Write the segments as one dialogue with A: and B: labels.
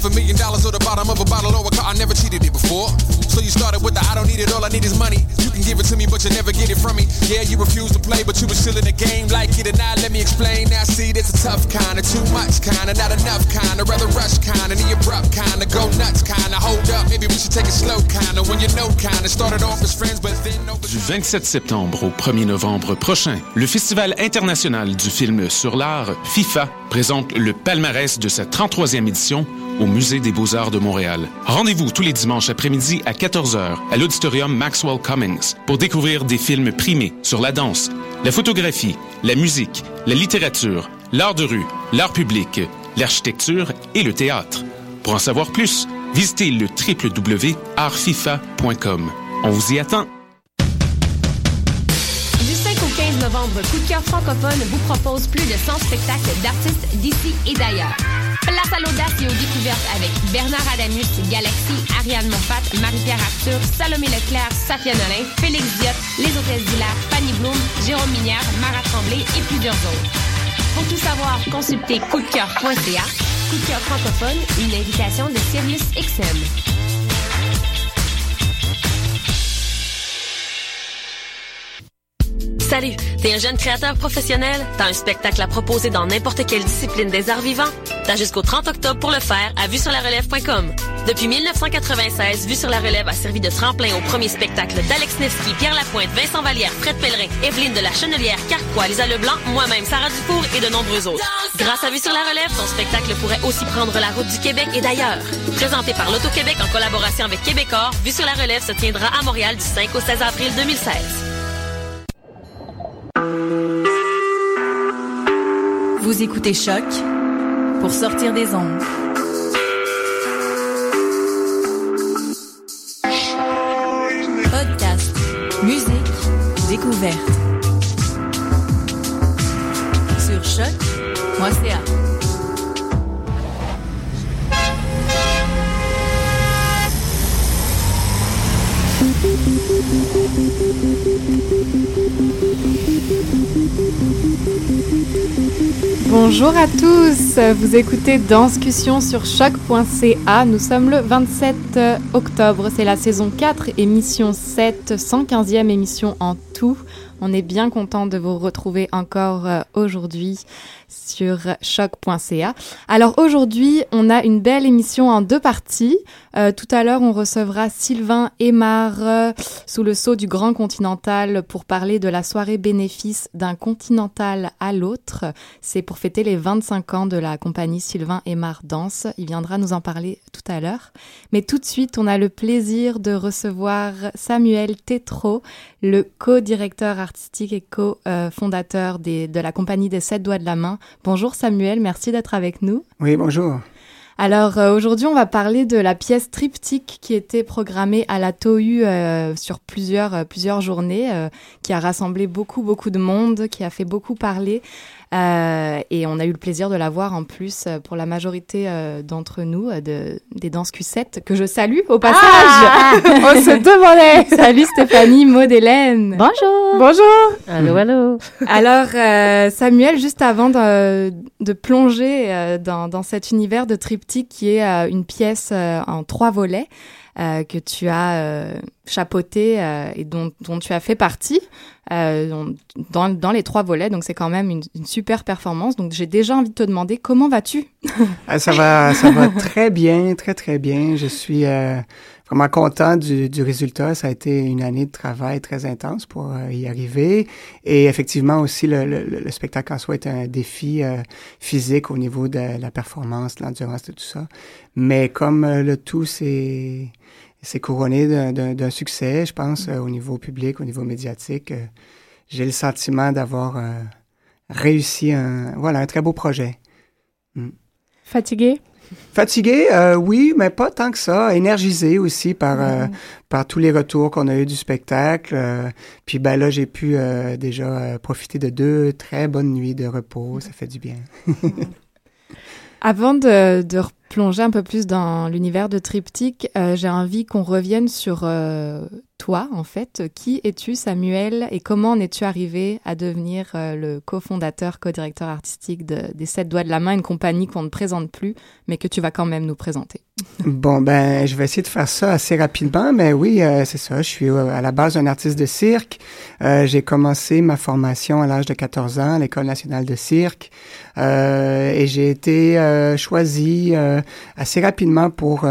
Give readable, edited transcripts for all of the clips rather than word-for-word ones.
A: if $1 million or the bottom of a bottle or a car, I never cheated it before. So you started with the I don't need it, all I need is money. You can give it to me, but you never get it from me. Yeah, you refuse to play, but you was still in the game. Like it or not, let me explain. Now see, there's a tough kind of too much kind of not enough kind of rather rush kind of the abrupt kind of go nuts kind of hold up. Maybe we should take it slow kind of when you know kind of started off as friends, but then over.
B: Du 27 septembre au 1er novembre prochain, le Festival international du film sur l'art, FIFA, présente le palmarès de sa 33e édition au Musée des Beaux-Arts de Montréal. Rendez-vous tous les dimanches après-midi à 14h à l'Auditorium Maxwell Cummings pour découvrir des films primés sur la danse, la photographie, la musique, la littérature, l'art de rue, l'art public, l'architecture et le théâtre. Pour en savoir plus, visitez le www.artfifa.com. On vous y attend.
C: Du 5 au 15 novembre, Coup de cœur francophone vous propose plus de 100 spectacles d'artistes d'ici et d'ailleurs. Place à l'audace et aux découvertes avec Bernard Adamus, Galaxy, Ariane Moffat, Marie-Pierre Arthur, Salomé Leclerc, Safia Nolin, Félix Diop, Les Hôtesses d'Hilaire, Fanny Bloom, Jérôme Minière, Mara Tremblay et plusieurs autres. Pour tout savoir, consultez coupdecoeur.ca. Coup de cœur francophone, une invitation de Sirius XM.
D: Salut, t'es un jeune créateur professionnel? T'as un spectacle à proposer dans n'importe quelle discipline des arts vivants? T'as jusqu'au 30 octobre pour le faire à vuesurlarelève.com. Depuis 1996, Vue sur la Relève a servi de tremplin au premier spectacle d'Alex Nevsky, Pierre Lapointe, Vincent Vallière, Fred Pellerin, Evelyne de la Chenelière, Carquois, Lisa Leblanc, moi-même, Sarah Dufour et de nombreux autres. Grâce à Vue sur la Relève, ton spectacle pourrait aussi prendre la route du Québec et d'ailleurs. Présenté par l'Auto-Québec en collaboration avec Québecor, Vue sur la Relève se tiendra à Montréal du 5 au 16 avril 2016.
E: Vous écoutez Choc pour sortir des ondes. Podcast, musique, découverte. Sur choc.ca.
F: Bonjour à tous, vous écoutez Danscussion sur choc.ca. Nous sommes le 27 octobre, c'est la saison 4, émission 7, 115e émission en tout. On est bien content de vous retrouver encore aujourd'hui sur choc.ca. Alors aujourd'hui, on a une belle émission en 2 parties. Tout à l'heure, on recevra Sylvain Aymard sous le sceau du Grand Continental pour parler de la soirée bénéfice d'un continental à l'autre. C'est pour fêter les 25 ans de la compagnie Sylvain Aymard Danse. Il viendra nous en parler tout à l'heure. Mais tout de suite, on a le plaisir de recevoir Samuel Tétrault, le co-directeur artistique et co-fondateur de la compagnie des 7 doigts de la main. Bonjour Samuel, merci d'être avec nous.
G: Oui, bonjour.
F: Alors aujourd'hui, on va parler de la pièce Triptyque qui était programmée à la TOU sur plusieurs journées, qui a rassemblé beaucoup de monde, qui a fait beaucoup parler. Et on a eu le plaisir de la voir en plus pour la majorité d'entre nous, des Danses Q7, que je salue au passage. On se demandait. Salut Stéphanie, Maud, Hélène.
H: Bonjour.
F: Bonjour.
H: Allô.
F: Alors Samuel, juste avant de plonger dans cet univers de Triptyque qui est une pièce en 3 volets, que tu as chapeauté et dont tu as fait partie dans les 3 volets. Donc, c'est quand même une super performance. Donc, j'ai déjà envie de te demander, comment vas-tu?
G: Ça va très bien, très bien. Je suis vraiment content du résultat. Ça a été une année de travail très intense pour y arriver. Et effectivement, aussi, le spectacle en soi est un défi physique au niveau de la performance, de l'endurance, de tout ça. Mais comme le tout, c'est couronné d'un succès, je pense, au niveau public, au niveau médiatique. J'ai le sentiment d'avoir réussi un très beau projet.
F: Fatigué?
G: Fatigué, oui, mais pas tant que ça. Énergisé aussi par tous les retours qu'on a eu du spectacle. Puis là, j'ai pu déjà profiter de 2 très bonnes nuits de repos. Ça fait du bien.
F: Avant de replonger un peu plus dans l'univers de Triptyque, j'ai envie qu'on revienne sur toi, en fait. Qui es-tu, Samuel, et comment en es-tu arrivé à devenir le cofondateur, co-directeur artistique des 7 doigts de la main, une compagnie qu'on ne présente plus, mais que tu vas quand même nous présenter?
G: Bon, ben, je vais essayer de faire ça assez rapidement, mais oui, c'est ça. Je suis à la base un artiste de cirque. J'ai commencé ma formation à l'âge de 14 ans à l'École nationale de cirque. Et j'ai été choisi assez rapidement pour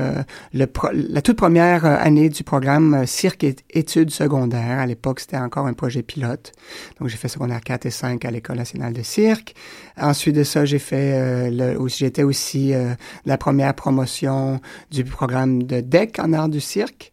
G: la toute première année du programme Cirque et études secondaires. À l'époque, c'était encore un projet pilote. Donc, j'ai fait secondaire 4 et 5 à l'École nationale de cirque. Ensuite de ça, j'étais aussi la première promotion du programme de DEC en art du cirque.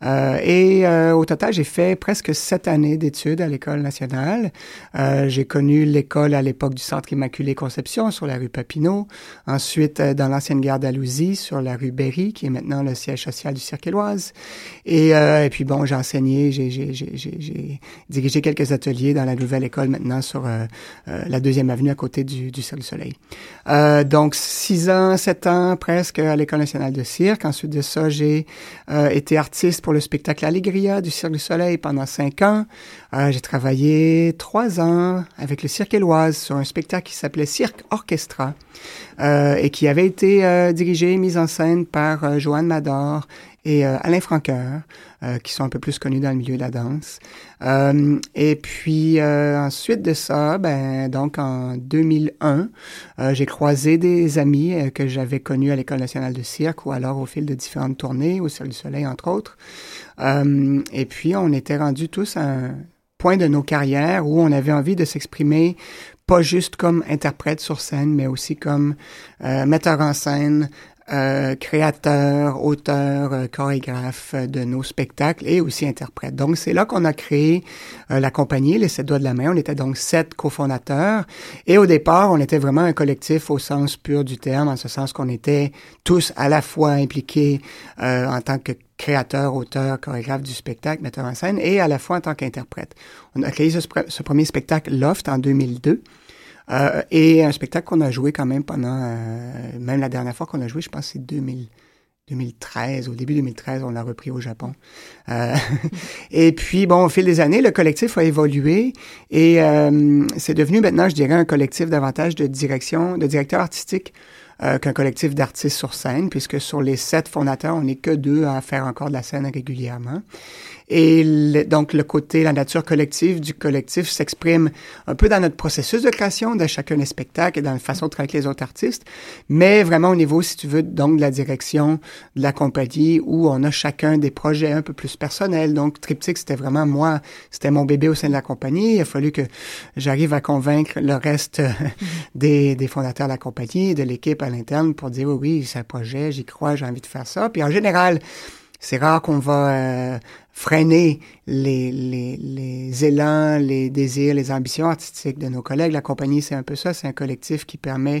G: Au total, j'ai fait presque 7 années d'études à l'École nationale. J'ai connu l'école à l'époque du Centre Immaculée Conception sur la rue Papineau. Ensuite, dans l'ancienne gare d'Alousie sur la rue Berry, qui est maintenant le siège social du Cirque Éloise. Et puis bon, j'ai enseigné, j'ai dirigé quelques ateliers dans la nouvelle école maintenant sur la 2e avenue à côté du Cirque du Soleil. Donc 6 ans, 7 ans presque à l'École nationale de cirque. Ensuite de ça, j'ai été artiste pour le spectacle Allegria du Cirque du Soleil pendant 5 ans. J'ai travaillé 3 ans avec le Cirque Éloise sur un spectacle qui s'appelait Cirque Orchestra et qui avait été dirigé et mis en scène par Joanne Mador et Alain Franqueur, qui sont un peu plus connus dans le milieu de la danse. Et puis ensuite de ça, donc en 2001, j'ai croisé des amis que j'avais connus à l'École nationale de cirque ou alors au fil de différentes tournées, au Cirque du Soleil entre autres. Et puis on était rendus tous à un point de nos carrières où on avait envie de s'exprimer pas juste comme interprète sur scène, mais aussi comme metteur en scène, créateur, auteur, chorégraphe de nos spectacles et aussi interprète. Donc, c'est là qu'on a créé la compagnie, les 7 doigts de la main. On était donc 7 cofondateurs. Et au départ, on était vraiment un collectif au sens pur du terme, en ce sens qu'on était tous à la fois impliqués en tant que créateur, auteur, chorégraphe du spectacle, metteur en scène, et à la fois en tant qu'interprète. On a créé ce premier spectacle Loft en 2002. Et un spectacle qu'on a joué quand même pendant, même la dernière fois qu'on a joué, je pense que c'est 2013, au début 2013, on l'a repris au Japon. Et puis, bon, au fil des années, le collectif a évolué et c'est devenu maintenant, je dirais, un collectif davantage de directeurs artistiques qu'un collectif d'artistes sur scène, puisque sur les 7 fondateurs, on n'est que 2 à faire encore de la scène régulièrement. Et donc, la nature collective du collectif s'exprime un peu dans notre processus de création de chacun des spectacles et dans la façon de travailler avec les autres artistes, mais vraiment au niveau, si tu veux, donc de la direction de la compagnie où on a chacun des projets un peu plus personnels. Donc, Triptyque, c'était vraiment moi, c'était mon bébé au sein de la compagnie. Il a fallu que j'arrive à convaincre le reste des fondateurs de la compagnie, de l'équipe à l'interne pour dire oui, c'est un projet, j'y crois, j'ai envie de faire ça. Puis en général, c'est rare qu'on va freiner les élans, les désirs, les ambitions artistiques de nos collègues. La compagnie, c'est un peu ça. C'est un collectif qui permet...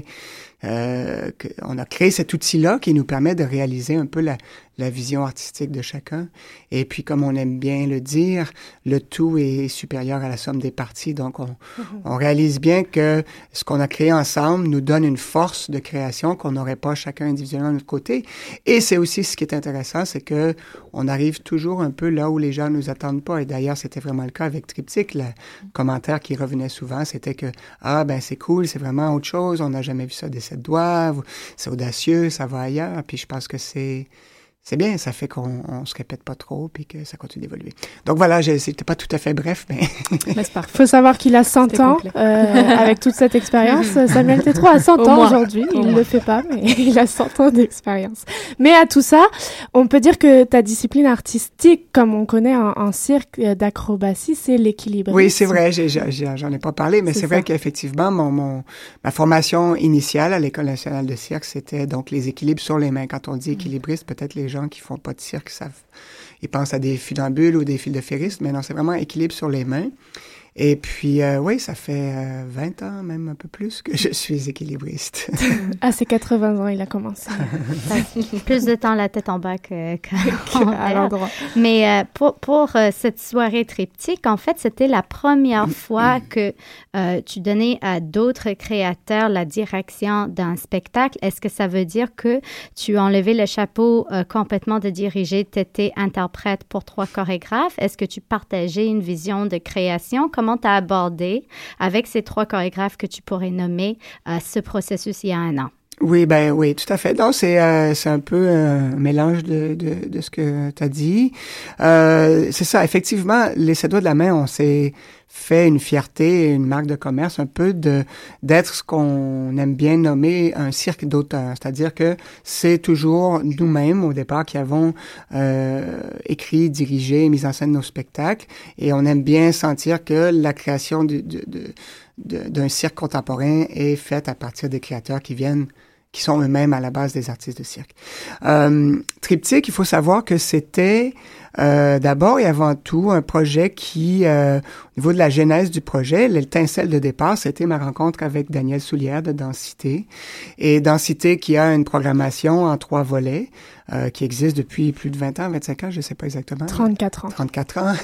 G: on a créé cet outil-là qui nous permet de réaliser un peu la vision artistique de chacun. Et puis, comme on aime bien le dire, le tout est supérieur à la somme des parties. Donc, on réalise bien que ce qu'on a créé ensemble nous donne une force de création qu'on n'aurait pas chacun individuellement de notre côté. Et c'est aussi ce qui est intéressant, c'est que on arrive toujours un peu là où les gens nous attendent pas. Et d'ailleurs, c'était vraiment le cas avec Triptyque. Le commentaire qui revenait souvent, c'était que c'est cool, c'est vraiment autre chose. On n'a jamais vu ça des 7 doigts. C'est audacieux, ça va ailleurs. Puis je pense que c'est bien, ça fait qu'on se répète pas trop puis que ça continue d'évoluer. Donc voilà, c'était pas tout à fait bref, mais...
F: c'est parfait.
H: Faut savoir qu'il a 100 ans avec toute cette expérience. Samuel Tétrault a 100 ans aujourd'hui. Il le fait pas, mais il a 100 ans d'expérience. Mais à tout ça, on peut dire que ta discipline artistique, comme on connaît en cirque d'acrobatie, c'est l'équilibrisme.
G: Oui, c'est vrai, j'en ai pas parlé, mais c'est vrai qu'effectivement, ma formation initiale à l'École nationale de cirque, c'était donc les équilibres sur les mains. Quand on dit équilibriste, peut-être les gens qui font pas de cirque ils pensent à des funambules ou des fils de ferris, mais non, c'est vraiment équilibre sur les mains. Et puis, oui, ça fait 20 ans, même un peu plus, que je suis équilibriste.
H: À ses 80 ans, il a commencé.
I: Plus de temps la tête en bas
H: qu'à l'endroit.
I: Mais pour cette soirée triptyque, en fait, c'était la première fois que tu donnais à d'autres créateurs la direction d'un spectacle. Est-ce que ça veut dire que tu as enlevé le chapeau complètement de diriger, tu étais interprète pour 3 chorégraphes? Est-ce que tu partageais une vision de création? Comment tu as abordé avec ces 3 chorégraphes que tu pourrais nommer ce processus il y a 1 an?
G: Oui, oui, tout à fait. Donc, c'est un peu un mélange de ce que tu as dit. C'est ça, effectivement, les 7 doigts de la main, on s'est fait une fierté, une marque de commerce, un peu d'être ce qu'on aime bien nommer un cirque d'auteur. C'est-à-dire que c'est toujours nous-mêmes, au départ, qui avons écrit, dirigé, mis en scène nos spectacles. Et on aime bien sentir que la création d'un cirque contemporain est faite à partir des créateurs qui sont eux-mêmes à la base des artistes de cirque. Triptyque, il faut savoir que c'était d'abord et avant tout un projet qui, au niveau de la genèse du projet, l'étincelle de départ, c'était ma rencontre avec Daniel Soulière de Densité. Et Densité qui a une programmation en 3 volets, qui existe depuis plus de 20 ans, 25 ans, je ne sais pas exactement.
H: 34 ans.
G: 34 ans.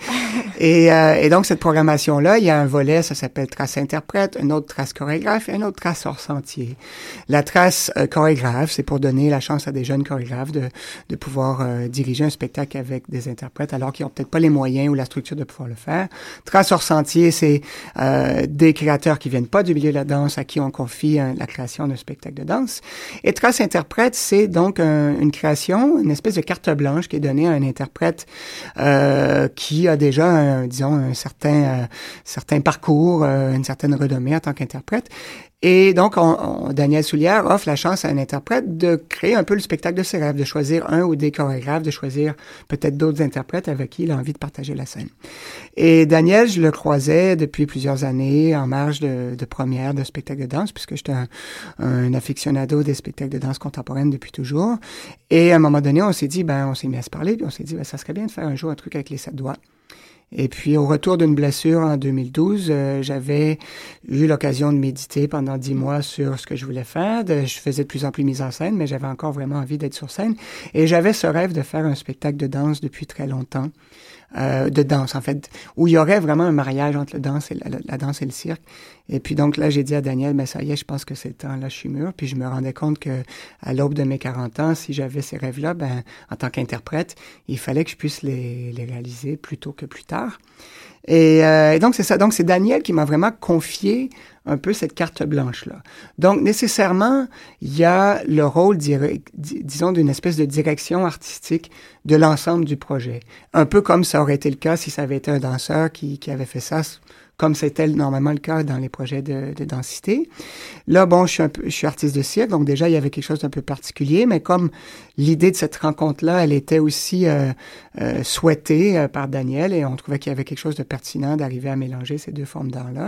G: et donc, cette programmation-là, il y a un volet, ça s'appelle Trace interprète, un autre Trace chorégraphe et un autre Trace hors sentier. La Trace chorégraphe, c'est pour donner la chance à des jeunes chorégraphes de pouvoir diriger un spectacle avec des interprètes alors qu'ils n'ont peut-être pas les moyens ou la structure de pouvoir le faire. Trace hors sentier, c'est des créateurs qui viennent pas du milieu de la danse à qui on confie la création d'un spectacle de danse. Et Trace interprète, c'est donc une création, une espèce de carte blanche qui est donnée à un interprète qui a déjà, un certain parcours, une certaine renommée en tant qu'interprète. Et donc, Daniel Soulière offre la chance à un interprète de créer un peu le spectacle de ses rêves, de choisir un ou des chorégraphes, de choisir peut-être d'autres interprètes avec qui il a envie de partager la scène. Et Daniel, je le croisais depuis plusieurs années en marge de première de spectacles de danse, puisque j'étais un aficionado des spectacles de danse contemporaine depuis toujours. Et à un moment donné, on s'est mis à se parler, puis on s'est dit, ça serait bien de faire un jour un truc avec les 7 doigts. Et puis, au retour d'une blessure en 2012, j'avais eu l'occasion de méditer pendant 10 mois sur ce que je voulais faire. Je faisais de plus en plus mise en scène, mais j'avais encore vraiment envie d'être sur scène. Et j'avais ce rêve de faire un spectacle de danse depuis très longtemps. De danse, en fait, où il y aurait vraiment un mariage entre la danse et le cirque. Et puis donc là, j'ai dit à Daniel, ça y est, je pense que c'est le temps, là, je suis mûr. Puis je me rendais compte que à l'aube de mes 40 ans, si j'avais ces rêves-là, en tant qu'interprète, il fallait que je puisse les réaliser plus tôt que plus tard. Et donc, c'est ça. Donc, c'est Daniel qui m'a vraiment confié un peu cette carte blanche-là. Donc, nécessairement, il y a le rôle, disons, d'une espèce de direction artistique de l'ensemble du projet. Un peu comme ça aurait été le cas si ça avait été un danseur qui avait fait ça, comme c'était normalement le cas dans les projets de densité. Là, je suis artiste de cirque, donc déjà, il y avait quelque chose d'un peu particulier, mais comme l'idée de cette rencontre-là, elle était aussi souhaitée par Daniel, et on trouvait qu'il y avait quelque chose de pertinent d'arriver à mélanger ces 2 formes d'art-là,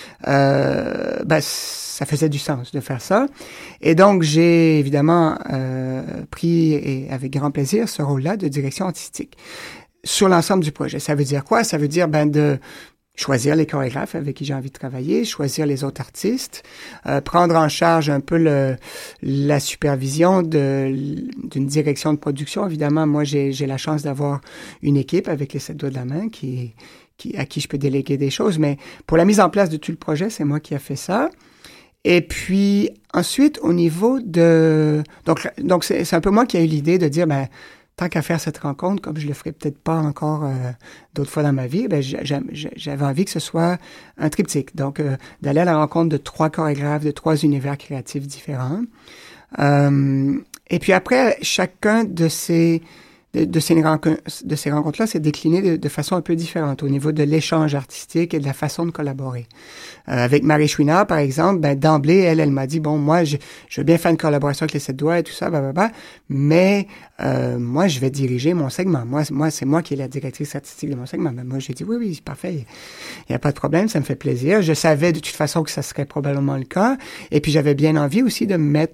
G: ça faisait du sens de faire ça. Et donc, j'ai évidemment pris, et avec grand plaisir, ce rôle-là de direction artistique sur l'ensemble du projet. Ça veut dire quoi? Ça veut dire de choisir les chorégraphes avec qui j'ai envie de travailler, choisir les autres artistes, prendre en charge un peu la supervision d'une direction de production. Évidemment, moi, j'ai la chance d'avoir une équipe avec les 7 doigts de la main à qui je peux déléguer des choses. Mais pour la mise en place de tout le projet, c'est moi qui ai fait ça. Et puis, ensuite, au niveau de... Donc c'est un peu moi qui ai eu l'idée de dire, tant qu'à faire cette rencontre, comme je le ferai peut-être pas encore d'autres fois dans ma vie, j'avais envie que ce soit un triptyque. Donc, d'aller à la rencontre de 3 chorégraphes, de 3 univers créatifs différents. Et puis après, chacun de ces rencontres-là s'est décliné de façon un peu différente au niveau de l'échange artistique et de la façon de collaborer. Avec Marie Chouinard, par exemple, d'emblée, elle m'a dit, moi, je veux bien faire une collaboration avec les 7 doigts et tout ça, mais moi, je vais diriger mon segment. Moi, c'est moi qui est la directrice artistique de mon segment. Moi, j'ai dit, oui, c'est parfait, il n'y a pas de problème, ça me fait plaisir. Je savais de toute façon que ça serait probablement le cas. Et puis, j'avais bien envie aussi de me mettre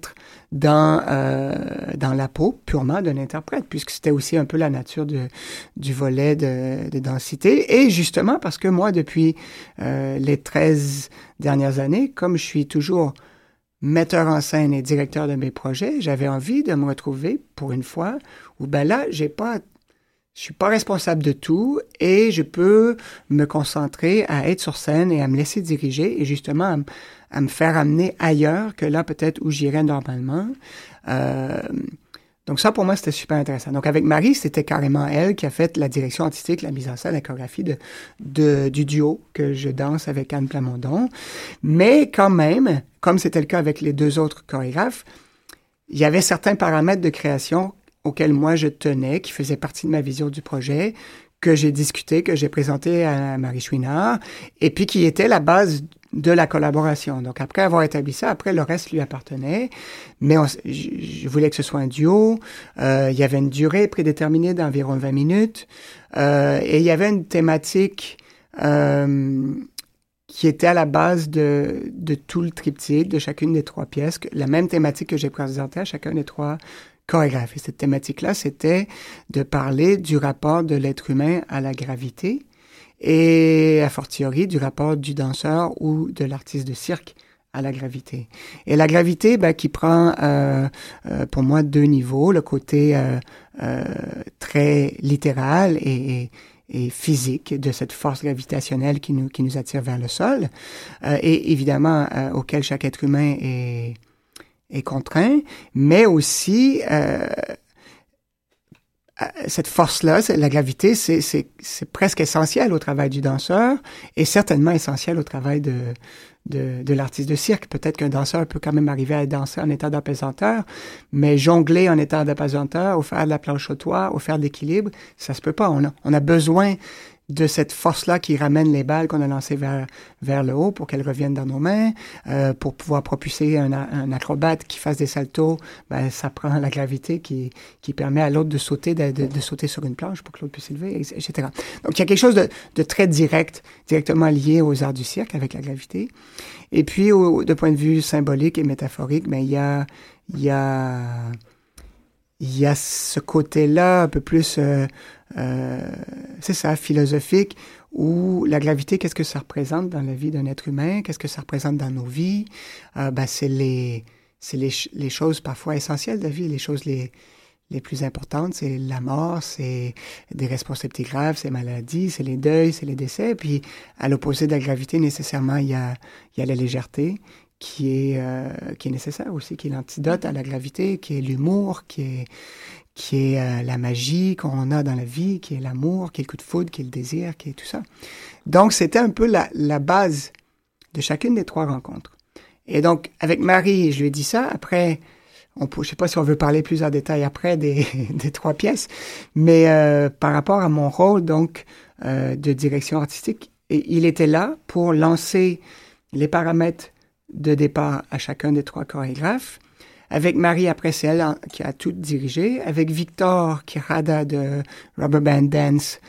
G: dans la peau purement d'un interprète, puisque c'était aussi un peu la nature du volet de densité. Et justement, parce que moi, depuis les 13 dernières années, comme je suis toujours metteur en scène et directeur de mes projets, j'avais envie de me retrouver pour une fois où là, je suis pas responsable de tout et je peux me concentrer à être sur scène et à me laisser diriger et justement à me faire amener ailleurs que là peut-être où j'irais normalement. Donc ça, pour moi, c'était super intéressant. Donc avec Marie, c'était carrément elle qui a fait la direction artistique, la mise en scène, la chorégraphie du duo que je danse avec Anne Plamondon. Mais quand même, comme c'était le cas avec les deux autres chorégraphes, il y avait certains paramètres de création auxquels moi je tenais, qui faisaient partie de ma vision du projet, que j'ai discuté, que j'ai présenté à Marie Chouinard, et puis qui était la base de la collaboration. Donc, après avoir établi ça, après, le reste lui appartenait. Mais je voulais que ce soit un duo. Il y avait une durée prédéterminée d'environ 20 minutes. Et il y avait une thématique qui était à la base de tout le triptyque, de chacune des trois pièces. La même thématique que j'ai présentée à chacun des trois chorégraphes. Et cette thématique-là, c'était de parler du rapport de l'être humain à la gravité, et a fortiori du rapport du danseur ou de l'artiste de cirque à la gravité. Et la gravité, qui prend pour moi deux niveaux, le côté très littéral et physique de cette force gravitationnelle qui nous attire vers le sol, et évidemment auquel chaque être humain est contraint, mais aussi cette force-là, la gravité, c'est presque essentiel au travail du danseur et certainement essentiel au travail de l'artiste de cirque. Peut-être qu'un danseur peut quand même arriver à danser en état d'apesanteur, mais jongler en état d'apesanteur, ou faire de la planche au toit, ou faire de l'équilibre, ça se peut pas. On a besoin de cette force-là qui ramène les balles qu'on a lancées vers le haut pour qu'elles reviennent dans nos mains, pour pouvoir propulser un acrobate qui fasse des saltos, ça prend la gravité qui permet à l'autre de sauter, de sauter sur une planche pour que l'autre puisse s'élever, etc. Donc il y a quelque chose de très directement lié aux arts du cirque avec la gravité. Et puis, de point de vue symbolique et métaphorique, il y a ce côté-là un peu plus, c'est ça, philosophique, où la gravité, qu'est-ce que ça représente dans la vie d'un être humain? Qu'est-ce que ça représente dans nos vies? C'est les choses parfois essentielles de la vie, les choses les plus importantes, c'est la mort, c'est des responsabilités graves, c'est maladies, c'est les deuils, c'est les décès. Puis, à l'opposé de la gravité, nécessairement, il y a la légèreté, qui est nécessaire aussi, qui est l'antidote à la gravité, qui est l'humour, qui est la magie qu'on a dans la vie, qui est l'amour, qui est le coup de foudre, qui est le désir, qui est tout ça. Donc, c'était un peu la base de chacune des trois rencontres. Et donc, avec Marie, je lui ai dit ça. Après, je sais pas si on veut parler plus en détail après des trois pièces, mais par rapport à mon rôle, donc, de direction artistique, il était là pour lancer les paramètres de départ à chacun des trois chorégraphes. Avec Marie, après, c'est elle qui a tout dirigé. Avec Victor Quirada de Rubber Band Dance,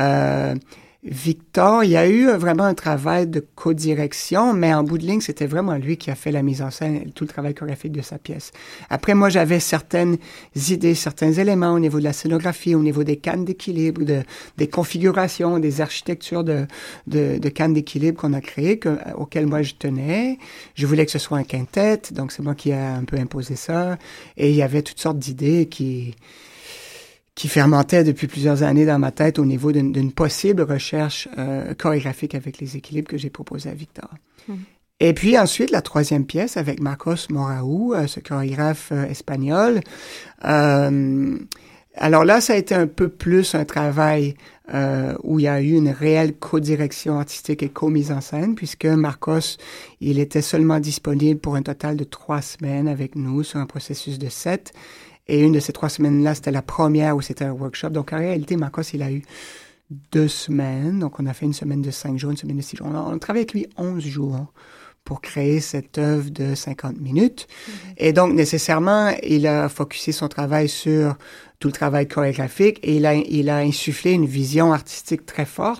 G: Victor, il y a eu vraiment un travail de co-direction, mais en bout de ligne, c'était vraiment lui qui a fait la mise en scène, tout le travail chorégraphique de sa pièce. Après, moi, j'avais certaines idées, certains éléments au niveau de la scénographie, au niveau des cannes d'équilibre, des configurations, des architectures de cannes d'équilibre qu'on a créées, auxquelles moi je tenais. Je voulais que ce soit un quintet, donc c'est moi qui a un peu imposé ça. Et il y avait toutes sortes d'idées qui fermentait depuis plusieurs années dans ma tête au niveau d'une possible recherche chorégraphique avec les équilibres que j'ai proposés à Victor. Et puis ensuite, la troisième pièce avec Marcos Moraou, ce chorégraphe espagnol. Alors là, ça a été un peu plus un travail où il y a eu une réelle co-direction artistique et co-mise en scène, puisque Marcos, il était seulement disponible pour un total de 3 semaines avec nous sur un processus de 7. Et une de ces 3 semaines-là, c'était la première où c'était un workshop. Donc, en réalité, Marcos, il a eu 2 semaines. Donc, on a fait une semaine de 5 jours, une semaine de 6 jours. On a travaillé avec lui 11 jours pour créer cette œuvre de 50 minutes. Et donc, nécessairement, il a focusé son travail sur tout le travail chorégraphique et il a insufflé une vision artistique très forte,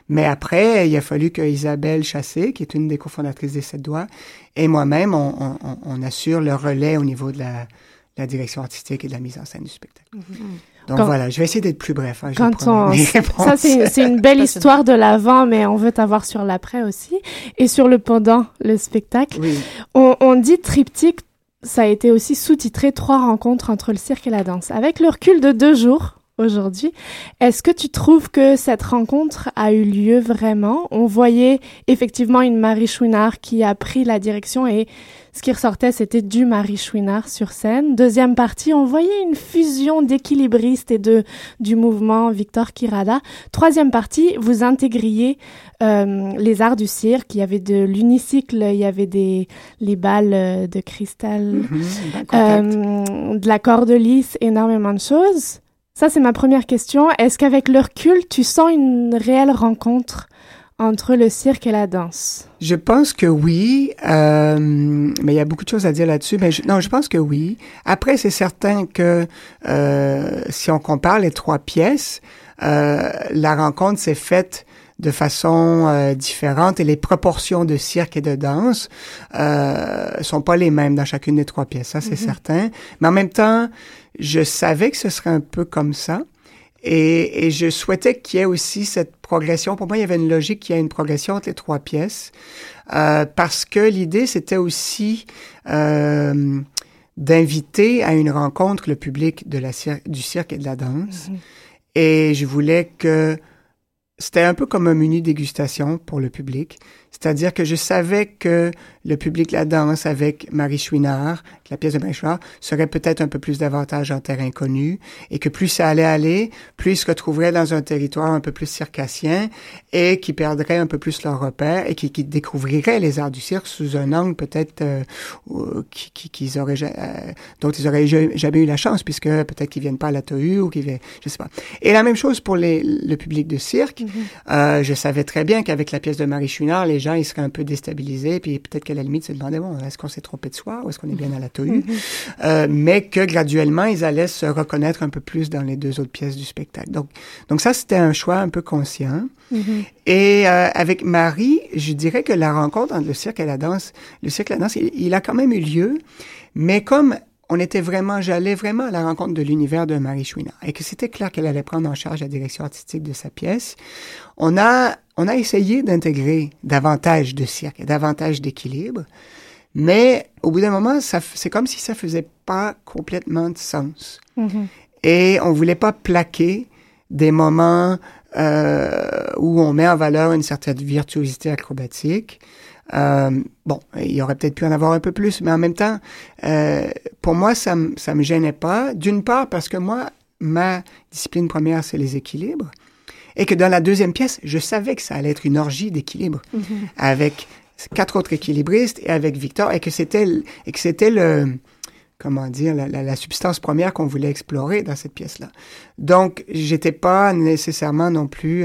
G: Mais après, il a fallu que Isabelle Chassé, qui est une des cofondatrices des 7 Doigts, et moi-même, on assure le relais au niveau de la direction artistique et de la mise en scène du spectacle. Donc voilà, je vais essayer d'être plus bref. Hein,
H: ça, c'est une belle histoire de l'avant, mais on veut t'avoir sur l'après aussi. Et sur le pendant, le spectacle.
G: Oui.
H: On dit triptyque, ça a été aussi sous-titré 3 rencontres entre le cirque et la danse. Avec le recul de 2 jours, aujourd'hui, est-ce que tu trouves que cette rencontre a eu lieu vraiment? On voyait effectivement une Marie Chouinard qui a pris la direction et ce qui ressortait, c'était du Marie Chouinard sur scène. Deuxième partie, on voyait une fusion d'équilibristes et du mouvement Victor Quirada. Troisième partie, vous intégriez les arts du cirque. Il y avait de l'unicycle, il y avait les balles de cristal, de la corde lisse, énormément de choses. Ça, c'est ma première question. Est-ce qu'avec le recul, tu sens une réelle rencontre entre le cirque et la danse?
G: Je pense que oui, mais il y a beaucoup de choses à dire là-dessus. Mais je pense que oui. Après, c'est certain que si on compare les 3 pièces, la rencontre s'est faite de façon différente et les proportions de cirque et de danse sont pas les mêmes dans chacune des 3 pièces. Ça, c'est certain. Mais en même temps, je savais que ce serait un peu comme ça. Et je souhaitais qu'il y ait aussi cette progression. Pour moi, il y avait une logique qu'il y ait une progression entre les 3 pièces. Parce que l'idée, c'était aussi d'inviter à une rencontre le public du cirque et de la danse. Et je voulais que c'était un peu comme un menu dégustation pour le public. C'est-à-dire que je savais que le public de la danse avec Marie Chouinard, la pièce de Marie Chouinard, serait peut-être un peu plus davantage en terrain connu et que plus ça allait aller, plus ils se retrouveraient dans un territoire un peu plus circassien et qui perdraient un peu plus leur repère et qui découvriraient les arts du cirque sous un angle peut-être dont ils auraient jamais eu la chance puisque peut-être qu'ils viennent pas à la TOU ou je sais pas. Et la même chose pour le public de cirque. Je savais très bien qu'avec la pièce de Marie Chouinard, les gens, ils seraient un peu déstabilisés, puis peut-être qu'à la limite, se demandaient, bon, est-ce qu'on s'est trompé de soir ou est-ce qu'on est bien à la TOU? Mais que graduellement, ils allaient se reconnaître un peu plus dans les 2 autres pièces du spectacle. Donc ça, c'était un choix un peu conscient. Et avec Marie, je dirais que la rencontre entre le cirque et la danse, il a quand même eu lieu, mais comme j'allais vraiment à la rencontre de l'univers de Marie Chouinard et que c'était clair qu'elle allait prendre en charge la direction artistique de sa pièce, on a essayé d'intégrer davantage de cirque et davantage d'équilibre, mais au bout d'un moment, c'est comme si ça faisait pas complètement de sens. Et on voulait pas plaquer des moments où on met en valeur une certaine virtuosité acrobatique. Bon, il y aurait peut-être pu en avoir un peu plus, mais en même temps, pour moi, ça me gênait pas. D'une part, parce que moi, ma discipline première, c'est les équilibres. Et que dans la deuxième pièce, je savais que ça allait être une orgie d'équilibre. Avec 4 autres équilibristes et avec Victor, et que c'était la substance première qu'on voulait explorer dans cette pièce-là. Donc, j'étais pas nécessairement non plus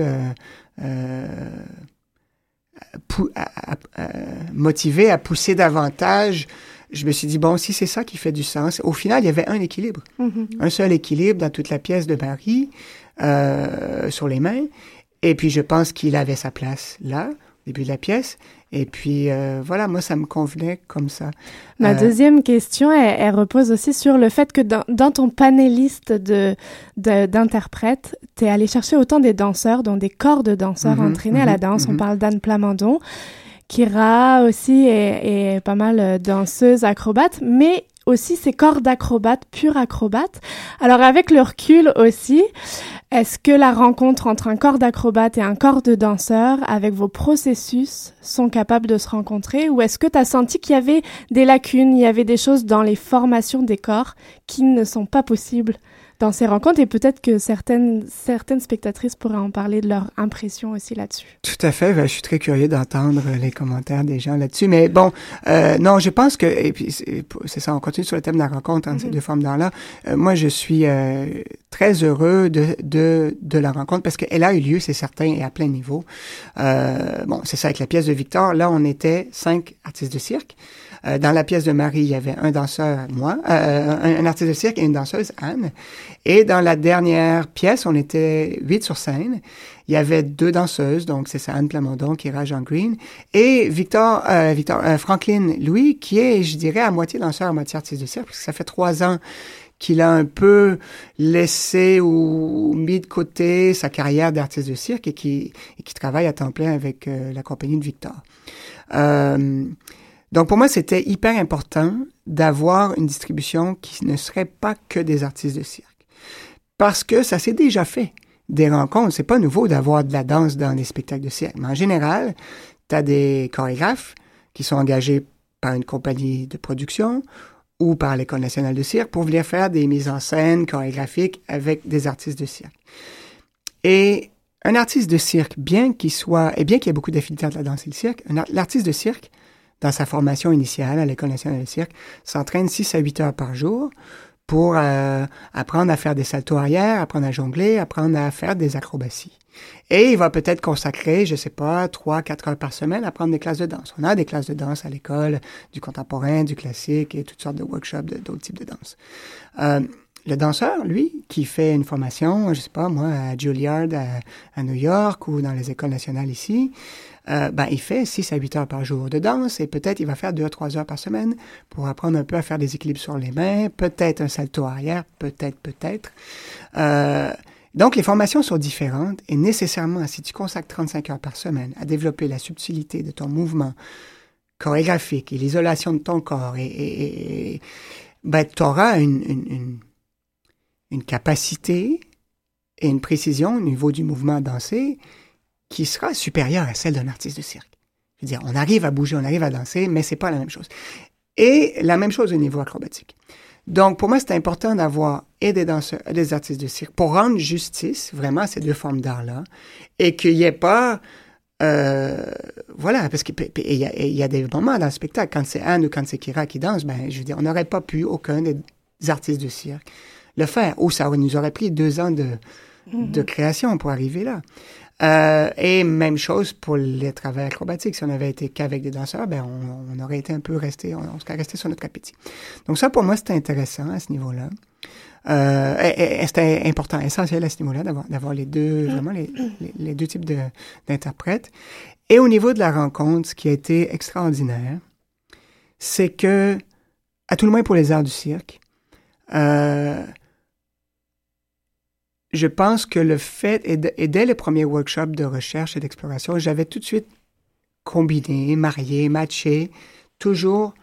G: motivé à pousser davantage. Je me suis dit, bon, si c'est ça qui fait du sens. Au final, il y avait un équilibre. Un seul équilibre dans toute la pièce de Marie, sur les mains. Et puis, je pense qu'il avait sa place là, au début de la pièce. Et puis, voilà, moi, ça me convenait comme ça.
H: Ma deuxième question, elle repose aussi sur le fait que dans ton panéliste d'interprètes, t'es allé chercher autant des danseurs, dont des corps de danseurs entraînés à la danse. On parle d'Anne Plamondon. Kira aussi est pas mal danseuse, acrobate, mais aussi ses corps d'acrobate, pur acrobate. Alors avec le recul aussi, est-ce que la rencontre entre un corps d'acrobate et un corps de danseur, avec vos processus, sont capables de se rencontrer? Ou est-ce que tu as senti qu'il y avait des lacunes, il y avait des choses dans les formations des corps qui ne sont pas possibles dans ces rencontres? Et peut-être que certaines spectatrices pourraient en parler de leur impression aussi là-dessus.
G: Tout à fait. Je suis très curieux d'entendre les commentaires des gens là-dessus. Mais bon, non, je pense que, et puis c'est ça, on continue sur le thème de la rencontre entre ces 2 formes d'art-là. Moi, je suis très heureux de la rencontre parce qu'elle a eu lieu, c'est certain, et à plein niveau. Bon, c'est ça, avec la pièce de Victor, là, on était 5 artistes de cirque. Dans la pièce de Marie, il y avait un danseur, moi, un artiste de cirque et une danseuse, Anne. Et dans la dernière pièce, on était 8 sur scène. Il y avait 2 danseuses, donc c'est ça, Anne Plamondon, Kira Jean Green, et Franklin Louis, qui est, je dirais, à moitié danseur, à moitié artiste de cirque, parce que ça fait 3 ans qu'il a un peu laissé ou mis de côté sa carrière d'artiste de cirque et qui travaille à temps plein avec la compagnie de Victor. Donc pour moi, c'était hyper important d'avoir une distribution qui ne serait pas que des artistes de cirque. Parce que ça s'est déjà fait. Des rencontres, c'est pas nouveau d'avoir de la danse dans des spectacles de cirque. Mais en général, tu as des chorégraphes qui sont engagés par une compagnie de production ou par l'École nationale de cirque pour venir faire des mises en scène chorégraphiques avec des artistes de cirque. Et un artiste de cirque, bien qu'il y ait beaucoup d'affinités entre la danse et le cirque, l'artiste de cirque, dans sa formation initiale à l'École nationale de cirque, s'entraîne 6 à 8 heures par jour pour apprendre à faire des saltos arrière, apprendre à jongler, apprendre à faire des acrobaties. Et il va peut-être consacrer, je sais pas, 3-4 heures par semaine à prendre des classes de danse. On a des classes de danse à l'école, du contemporain, du classique et toutes sortes de workshops d'autres types de danse. Le danseur, lui, qui fait une formation, je sais pas, moi, à Juilliard, à New York ou dans les écoles nationales ici, il fait 6 à 8 heures par jour de danse et peut-être il va faire 2 à 3 heures par semaine pour apprendre un peu à faire des équilibres sur les mains, peut-être un salto arrière, peut-être. Donc, les formations sont différentes et nécessairement, si tu consacres 35 heures par semaine à développer la subtilité de ton mouvement chorégraphique et l'isolation de ton corps, tu auras une capacité et une précision au niveau du mouvement dansé qui sera supérieure à celle d'un artiste de cirque. Je veux dire, on arrive à bouger, on arrive à danser, mais c'est pas la même chose. Et la même chose au niveau acrobatique. Donc, pour moi, c'est important d'avoir et des danseurs et des artistes de cirque pour rendre justice vraiment à ces 2 formes d'art-là et qu'il n'y ait pas... parce qu'il y a des moments dans le spectacle, quand c'est Anne ou quand c'est Kira qui danse, je veux dire, on n'aurait pas pu, aucun des artistes de cirque, le faire. Ou ça nous aurait pris 2 ans de création pour arriver là. Et même chose pour les travaux acrobatiques. Si on avait été qu'avec des danseurs, on aurait été un peu resté, on serait resté sur notre appétit. Donc ça, pour moi, c'était intéressant à ce niveau-là. Et c'était important, essentiel à ce niveau-là, d'avoir les deux, vraiment les 2 types d'interprètes. Et au niveau de la rencontre, ce qui a été extraordinaire, c'est que, à tout le moins pour les arts du cirque, je pense que le fait, et dès le premier workshop de recherche et d'exploration, j'avais tout de suite combiné, marié, matché, toujours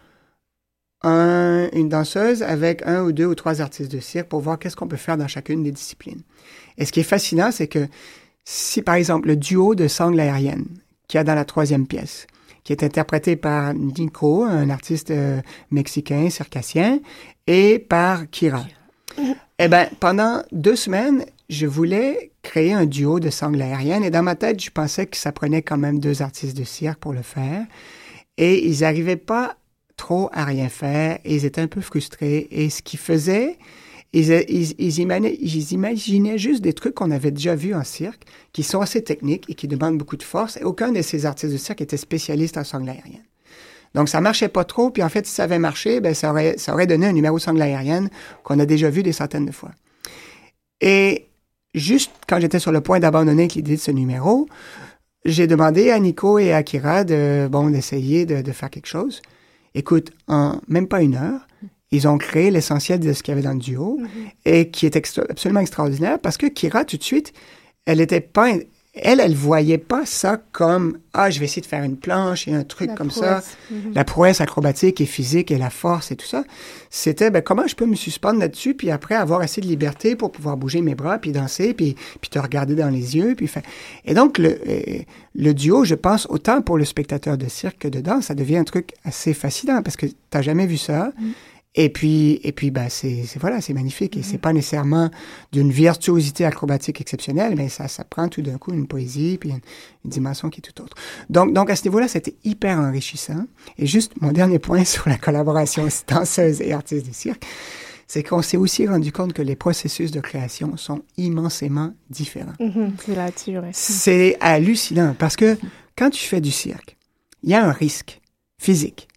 G: une danseuse avec 1 ou 2 ou 3 artistes de cirque pour voir qu'est-ce qu'on peut faire dans chacune des disciplines. Et ce qui est fascinant, c'est que si, par exemple, le duo de sangle aérienne qu'il y a dans la 3e pièce, qui est interprété par Nico, un artiste mexicain, circassien, et par Kira. Pendant 2 semaines, je voulais créer un duo de sangle aérienne et dans ma tête, je pensais que ça prenait quand même 2 artistes de cirque pour le faire. Et ils n'arrivaient pas trop à rien faire et ils étaient un peu frustrés. Et ce qu'ils faisaient, ils imaginaient juste des trucs qu'on avait déjà vus en cirque, qui sont assez techniques et qui demandent beaucoup de force. Et aucun de ces artistes de cirque était spécialiste en sangle aérienne. Donc, ça marchait pas trop. Puis, en fait, si ça avait marché, ça aurait donné un numéro de sangle aérienne qu'on a déjà vu des centaines de fois. Et juste quand j'étais sur le point d'abandonner l'idée de ce numéro, j'ai demandé à Nico et à Kira d'essayer de faire quelque chose. Écoute, en même pas 1 heure, ils ont créé l'essentiel de ce qu'il y avait dans le duo et qui est absolument extraordinaire parce que Kira, tout de suite, elle voyait pas ça comme « Ah, je vais essayer de faire une planche et un truc comme ça. » La prouesse acrobatique et physique et la force et tout ça. C'était comment je peux me suspendre là-dessus puis après avoir assez de liberté pour pouvoir bouger mes bras puis danser puis te regarder dans les yeux. Et donc, le duo, je pense, autant pour le spectateur de cirque que de danse, ça devient un truc assez fascinant parce que t'as jamais vu ça. Et puis, c'est magnifique. Et c'est pas nécessairement d'une virtuosité acrobatique exceptionnelle, mais ça prend tout d'un coup une poésie puis une dimension qui est tout autre. Donc, à ce niveau-là, c'était hyper enrichissant. Et juste mon dernier point sur la collaboration danseuse et artiste de cirque, c'est qu'on s'est aussi rendu compte que les processus de création sont immensément différents.
H: C'est là-dessus, ouais.
G: C'est hallucinant parce que quand tu fais du cirque, il y a un risque physique.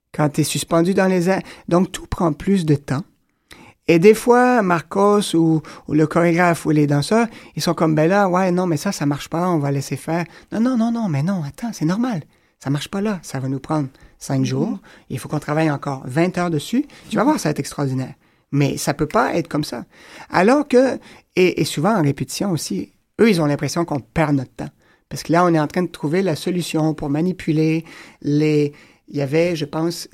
G: quand tu es suspendu dans les airs. Donc, tout prend plus de temps. Et des fois, Marcos ou le chorégraphe ou les danseurs, ils sont comme, ben là, ouais, non, mais ça marche pas, on va laisser faire. Non, mais non, attends, c'est normal. Ça marche pas là. Ça va nous prendre 5 jours. Il faut qu'on travaille encore 20 heures dessus. Tu vas voir, ça va être extraordinaire. Mais ça peut pas être comme ça. Alors que, et souvent en répétition aussi, eux, ils ont l'impression qu'on perd notre temps. Parce que là, on est en train de trouver la solution pour manipuler il y avait, je pense,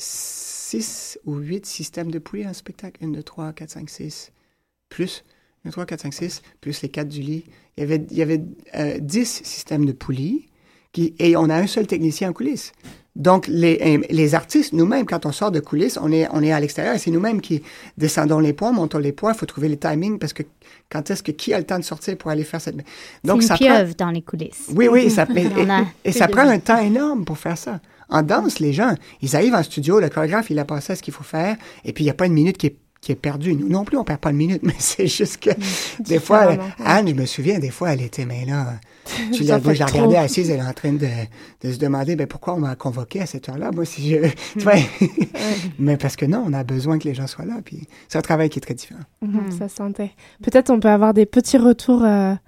G: 6 ou 8 systèmes de poulies en spectacle. 1, 2, 3, 4, 5, 6. Plus 1, 2, 3, 4, 5, 6. Plus les 4 du lit. Il y avait 10 systèmes de poulies. Et on a un seul technicien en coulisses. Donc, les artistes, nous-mêmes, quand on sort de coulisses, on est à l'extérieur et c'est nous-mêmes qui descendons les poids, montons les poids. Il faut trouver les timings parce que qui a le temps de sortir pour aller faire cette...
I: Donc, c'est une pieuvre dans les coulisses.
G: Oui, ça prend un temps énorme pour faire ça. En danse, les gens, ils arrivent en studio, le chorégraphe, il a pensé à ce qu'il faut faire et puis il n'y a pas une minute qui est perdue. Nous non plus, on perd pas une minute, mais c'est juste que des fois, Anne, je me souviens, des fois, elle était, mais là... je la regardais assise, elle est en train de se demander pourquoi on m'a convoqué à cette heure-là. Moi, si je... Mais parce que non, on a besoin que les gens soient là. Puis c'est un travail qui est très différent.
H: Ça sentait. Peut-être on peut avoir des petits retours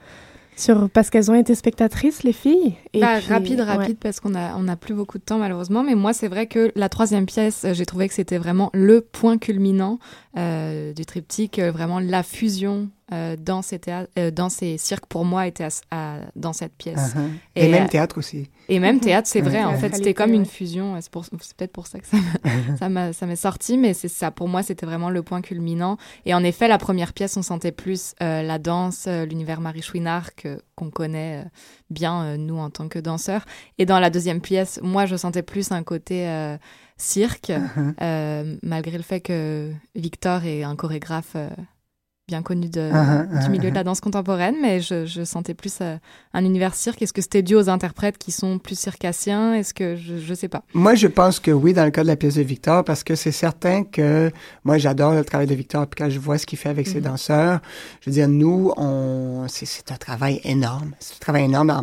H: parce qu'elles ont été spectatrices, les filles.
F: Et puis, rapide, parce qu'on a plus beaucoup de temps malheureusement. Mais moi, c'est vrai que la 3e pièce, j'ai trouvé que c'était vraiment le point culminant du triptyque, vraiment la fusion dans ces cirques pour moi était dans cette pièce.
G: Et même théâtre aussi.
F: Et même théâtre, c'est vrai. En fait, c'était comme une fusion. C'est peut-être pour ça que ça m'est sorti, mais c'est ça. Pour moi, c'était vraiment le point culminant. Et en effet, la première pièce, on sentait plus la danse, l'univers Marie Chouinard qu'on connaît bien, nous, en tant que danseurs. Et dans la 2e pièce, moi, je sentais plus un côté cirque, malgré le fait que Victor est un chorégraphe bien connu du milieu de la danse contemporaine, mais je sentais plus un univers cirque. Est-ce que c'était dû aux interprètes qui sont plus circassiens? Est-ce que je sais pas.
G: Moi, je pense que oui, dans le cas de la pièce de Victor, parce que c'est certain que moi, j'adore le travail de Victor, puis quand je vois ce qu'il fait avec ses danseurs, je veux dire, nous, c'est un travail énorme. C'est un travail énorme.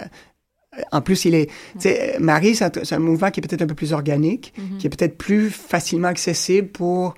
G: En plus, Marie, c'est un mouvement qui est peut-être un peu plus organique, qui est peut-être plus facilement accessible pour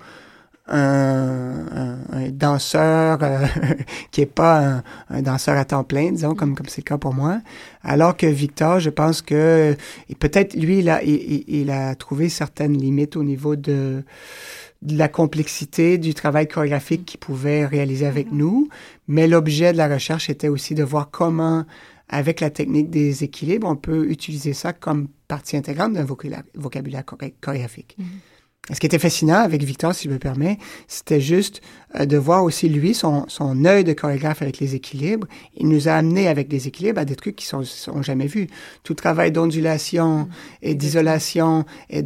G: un danseur qui est pas un danseur à temps plein, disons, comme c'est le cas pour moi. Alors que Victor, je pense que peut-être lui, il a trouvé certaines limites au niveau de la complexité du travail chorégraphique qu'il pouvait réaliser avec nous. Mais l'objet de la recherche était aussi de voir comment, avec la technique des équilibres, on peut utiliser ça comme partie intégrante d'un vocabulaire chorégraphique. Ce qui était fascinant avec Victor, si je me permets, c'était juste de voir aussi, lui, son œil de chorégraphe avec les équilibres. Il nous a amené avec des équilibres à des trucs qui sont jamais vus. Tout le travail d'ondulation et d'isolation et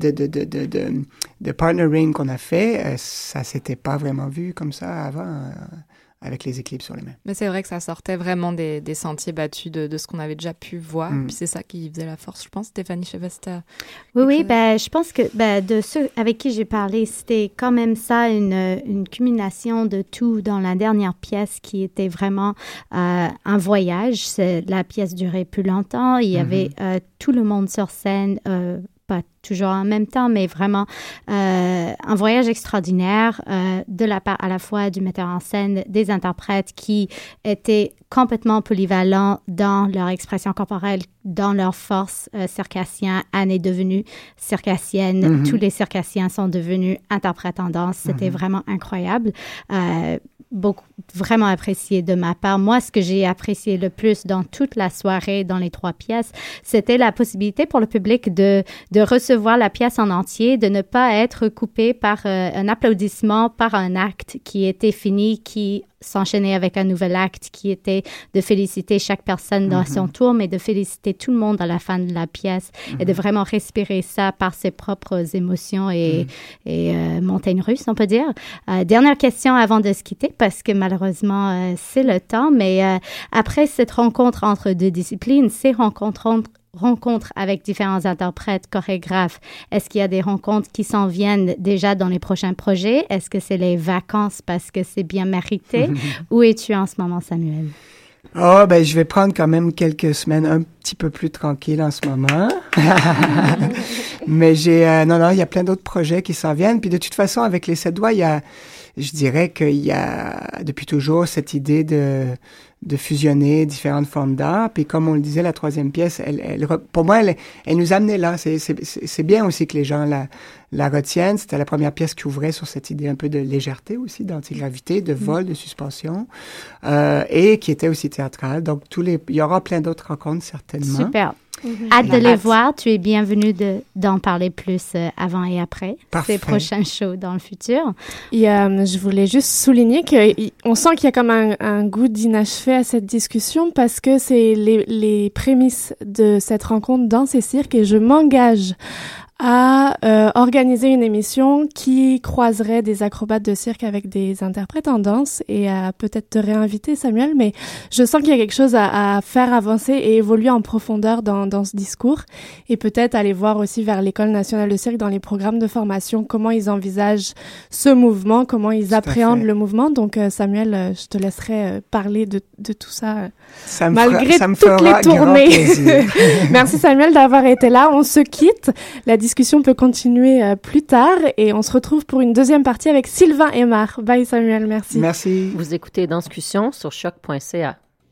G: de partnering qu'on a fait, ça s'était pas vraiment vu comme ça avant, avec les équilibres sur les mains.
F: Mais c'est vrai que ça sortait vraiment des sentiers battus de ce qu'on avait déjà pu voir. Puis c'est ça qui faisait la force, je pense. Stéphanie Chevesta.
I: Oui, je pense que de ceux avec qui j'ai parlé, c'était quand même ça, une culmination de tout dans la dernière pièce qui était vraiment un voyage. La pièce durait plus longtemps. Il y avait tout le monde sur scène, pas toujours en même temps, mais vraiment un voyage extraordinaire de la part à la fois du metteur en scène, des interprètes qui étaient complètement polyvalents dans leur expression corporelle, dans leur force circassienne. Anne est devenue circassienne. Tous les circassiens sont devenus interprètes en danse. C'était vraiment incroyable. Beaucoup, vraiment apprécié de ma part. Moi, ce que j'ai apprécié le plus dans toute la soirée, dans les 3 pièces, c'était la possibilité pour le public de recevoir la pièce en entier, de ne pas être coupé par un applaudissement, par un acte qui était fini, qui s'enchaîner avec un nouvel acte qui était de féliciter chaque personne dans son tour, mais de féliciter tout le monde à la fin de la pièce et de vraiment respirer ça par ses propres émotions et montagnes russes, on peut dire. Dernière question avant de se quitter, parce que malheureusement, c'est le temps, mais après cette rencontre entre 2 disciplines, ces rencontres avec différents interprètes, chorégraphes, est-ce qu'il y a des rencontres qui s'en viennent déjà dans les prochains projets? Est-ce que c'est les vacances parce que c'est bien mérité? Où es-tu en ce moment, Samuel?
G: Je vais prendre quand même quelques semaines un petit peu plus tranquilles en ce moment. Mais il y a plein d'autres projets qui s'en viennent. Puis de toute façon, avec les 7 doigts, je dirais qu'il y a depuis toujours cette idée de fusionner différentes formes d'art. Puis comme on le disait, la 3e pièce, pour moi, elle nous amenait là. C'est bien aussi que les gens la retiennent. C'était la première pièce qui ouvrait sur cette idée un peu de légèreté aussi, d'antigravité, de vol, de suspension, et qui était aussi théâtrale. Donc il y aura plein d'autres rencontres certainement.
I: Super. Hâte de les voir. Tu es bienvenue d'en parler plus avant et après ces prochains shows dans le futur.
H: Et je voulais juste souligner qu'on sent qu'il y a comme un goût d'inachevé à cette discussion parce que c'est les prémices de cette rencontre dans ces cirques et je m'engage à organiser une émission qui croiserait des acrobates de cirque avec des interprètes en danse et à peut-être te réinviter, Samuel, mais je sens qu'il y a quelque chose à faire avancer et évoluer en profondeur dans ce discours et peut-être aller voir aussi vers l'École nationale de cirque dans les programmes de formation, comment ils envisagent ce mouvement, comment ils appréhendent le mouvement. Donc, Samuel, je te laisserai parler de tout ça, malgré toutes les tournées. Merci, Samuel, d'avoir été là. On se quitte. La discussion peut continuer plus tard et on se retrouve pour une deuxième partie avec Sylvain Aymar. Bye Samuel, merci.
G: Merci.
D: Vous écoutez Danscussion sur choc.ca.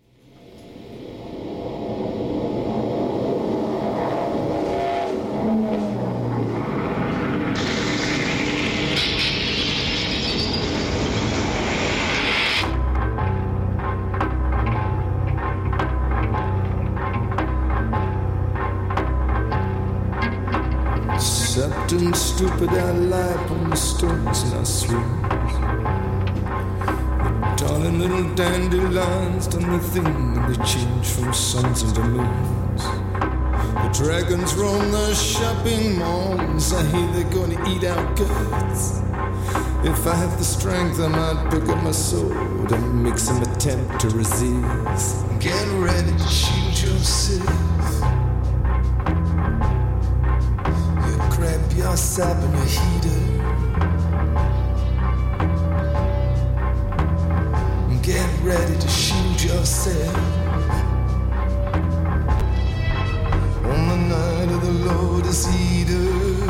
J: And stupid, I lie upon the stones and I swim. The darling little dandelions done the thing and they change from suns into moons. The dragons roam the shopping malls. I hear they're gonna eat our guts. If I had the strength, I might pick up my sword and make some attempt to resist. Get ready to shoot yourself. Grab your sap and your heater. Get ready to shoot yourself. On the night of the Lotus Eater.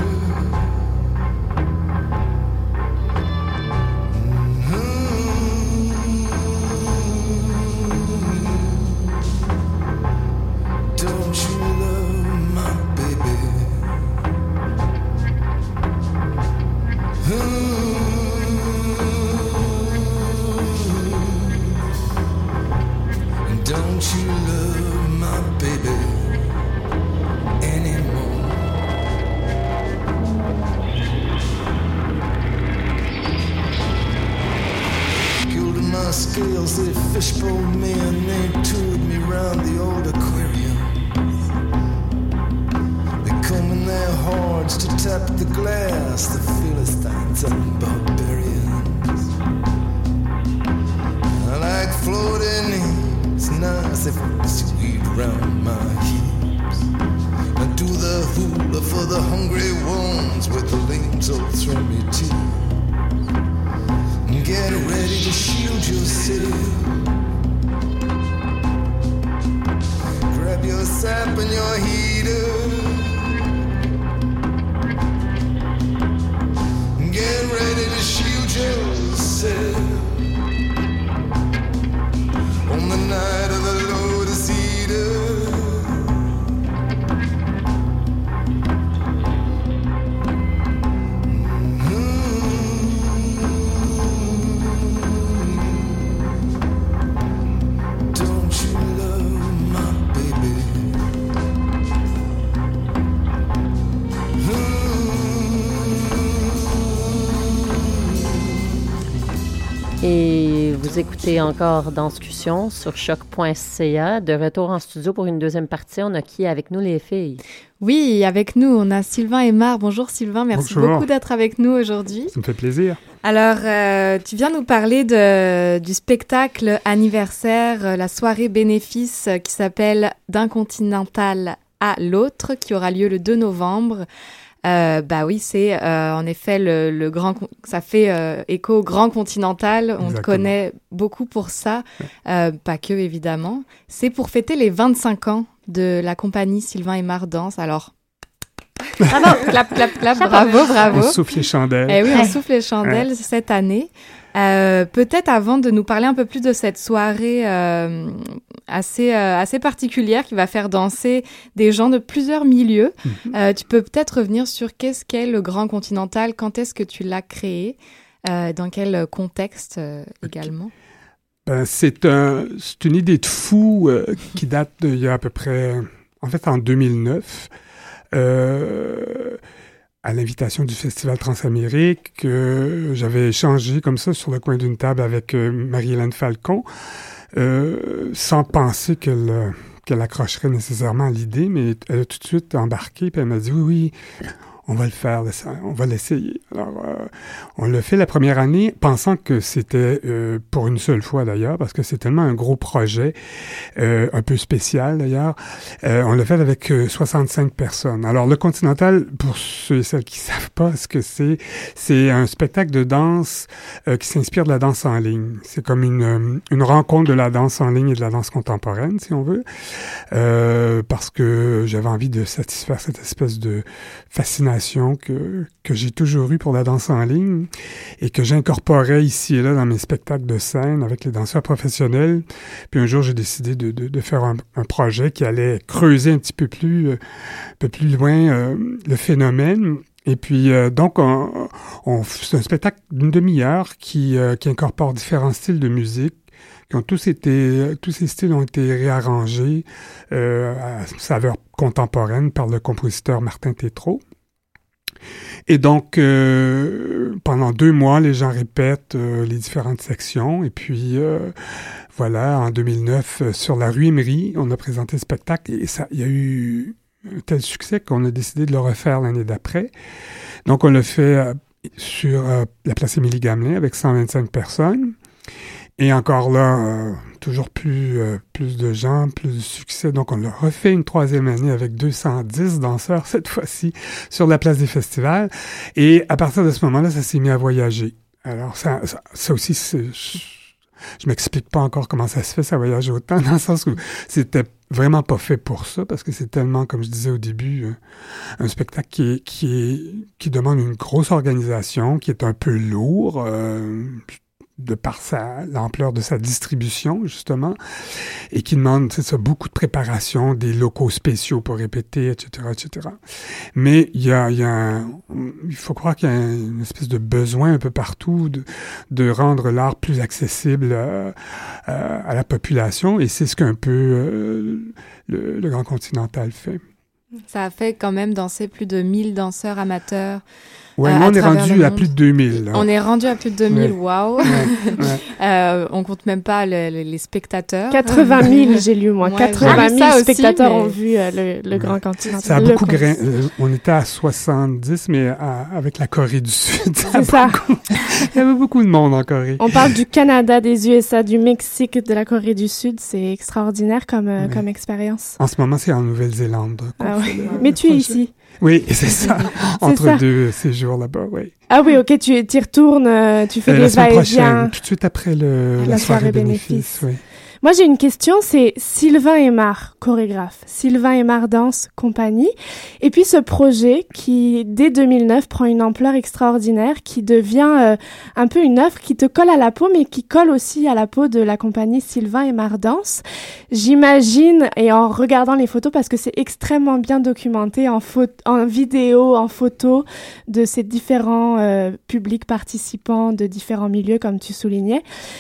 J: They fishbowled me and they toured me round the old aquarium. They come in their hordes to tap the glass, the Philistines and barbarians. I like floating heaps, nice if it's sweet around my hips. I do the hula for the hungry ones with the lanes all throw me tea. Get ready to shield yourself. Grab your sap and your heater. Get ready to shield yourself. On the night of the Lotus Eater.
D: Et vous écoutez encore Danscussion sur choc.ca. De retour en studio pour une deuxième partie. On a qui avec nous, les filles?
F: Oui, avec nous, on a Sylvain Aymar. Bonjour Sylvain, merci beaucoup d'être avec nous aujourd'hui.
K: Ça me fait plaisir.
F: Alors, tu viens nous parler du spectacle anniversaire, la soirée bénéfice qui s'appelle « D'un continental à l'autre » qui aura lieu le 2 novembre. Oui, c'est en effet le grand. Ça fait écho au Grand Continental. On te connaît beaucoup pour ça, pas que évidemment. C'est pour fêter les 25 ans de la compagnie Sylvain Aimard Danse. Alors. Bravo, clap, clap, clap, bravo.
K: On souffle les chandelles.
F: Eh oui, on souffle les chandelles cette année. Peut-être avant de nous parler un peu plus de cette soirée assez particulière qui va faire danser des gens de plusieurs milieux, tu peux peut-être revenir sur qu'est-ce qu'est le Grand Continental, quand est-ce que tu l'as créé, dans quel contexte également?
K: C'est une idée de fou qui date d'il y a à peu près, en fait en 2009, à l'invitation du Festival Transamérique, j'avais échangé comme ça sur le coin d'une table avec Marie-Hélène Falcon, sans penser qu'elle accrocherait nécessairement à l'idée, mais elle a tout de suite embarqué, puis elle m'a dit oui, on va le faire, on va l'essayer. Alors, on l'a fait la première année, pensant que c'était pour une seule fois d'ailleurs, parce que c'est tellement un gros projet, un peu spécial d'ailleurs. On l'a fait avec 65 personnes. Alors, le Continental, pour ceux et celles qui savent pas ce que c'est un spectacle de danse qui s'inspire de la danse en ligne. C'est comme une rencontre de la danse en ligne et de la danse contemporaine, si on veut, parce que j'avais envie de satisfaire cette espèce de fascination que j'ai toujours eu pour la danse en ligne et que j'incorporais ici et là dans mes spectacles de scène avec les danseurs professionnels. Puis un jour, j'ai décidé de faire un projet qui allait creuser un peu plus loin le phénomène. Et puis, donc, c'est un spectacle d'une demi-heure qui incorpore différents styles de musique. Tous ces styles ont été réarrangés à saveur contemporaine par le compositeur Martin Tétrault. Et donc, pendant 2 mois, les gens répètent les différentes sections. Et puis, voilà, en 2009, sur la rue Émery, on a présenté le spectacle. Et il y a eu un tel succès qu'on a décidé de le refaire l'année d'après. Donc, on l'a fait sur la place Émilie-Gamelin avec 125 personnes. Et encore là, toujours plus de gens, plus de succès. Donc, on l'a refait une 3e année avec 210 danseurs, cette fois-ci, sur la place des festivals. Et à partir de ce moment-là, ça s'est mis à voyager. Alors, ça aussi, je m'explique pas encore comment ça se fait, ça voyage autant, dans le sens où c'était vraiment pas fait pour ça, parce que c'est tellement, comme je disais au début, un spectacle qui demande une grosse organisation, qui est un peu lourd, de par l'ampleur de sa distribution, justement, et qui demande, beaucoup de préparation, des locaux spéciaux pour répéter, etc., etc. Mais il faut croire qu'il y a une espèce de besoin un peu partout de rendre l'art plus accessible à la population, et c'est ce qu'un peu le Grand Continental fait.
F: Ça a fait quand même danser plus de 1000 danseurs amateurs.
K: Ouais, on est rendu à plus de 2000. Là.
F: On est rendu à plus de 2000, waouh!
K: Ouais.
F: On compte même pas les spectateurs.
H: 80 000, j'ai lu, moi. 80 000 spectateurs ont vu le Grand Continental.
K: Ça a beaucoup on était à 70, mais avec la Corée du Sud.
H: C'est ça.
K: Il y avait beaucoup de monde en Corée.
H: On parle du Canada, des USA, du Mexique, de la Corée du Sud. C'est extraordinaire comme expérience.
K: En ce moment, c'est en Nouvelle-Zélande.
H: Mais tu es ici.
K: Oui, c'est ça. Entre 2 séjours là-bas, oui.
H: Ah oui, ok, tu y retournes, tu fais les va-et-vient.
K: Tout de suite après la soirée bénéfice. Oui.
H: Moi, j'ai une question, c'est Sylvain Aimard, chorégraphe, Sylvain Aimard Danse Compagnie, et puis ce projet qui, dès 2009, prend une ampleur extraordinaire, qui devient un peu une œuvre qui te colle à la peau, mais qui colle aussi à la peau de la compagnie Sylvain Aimard Danse. J'imagine, et en regardant les photos, parce que c'est extrêmement bien documenté en vidéo, en photo, de ces différents publics participants de différents milieux, comme tu soulignais.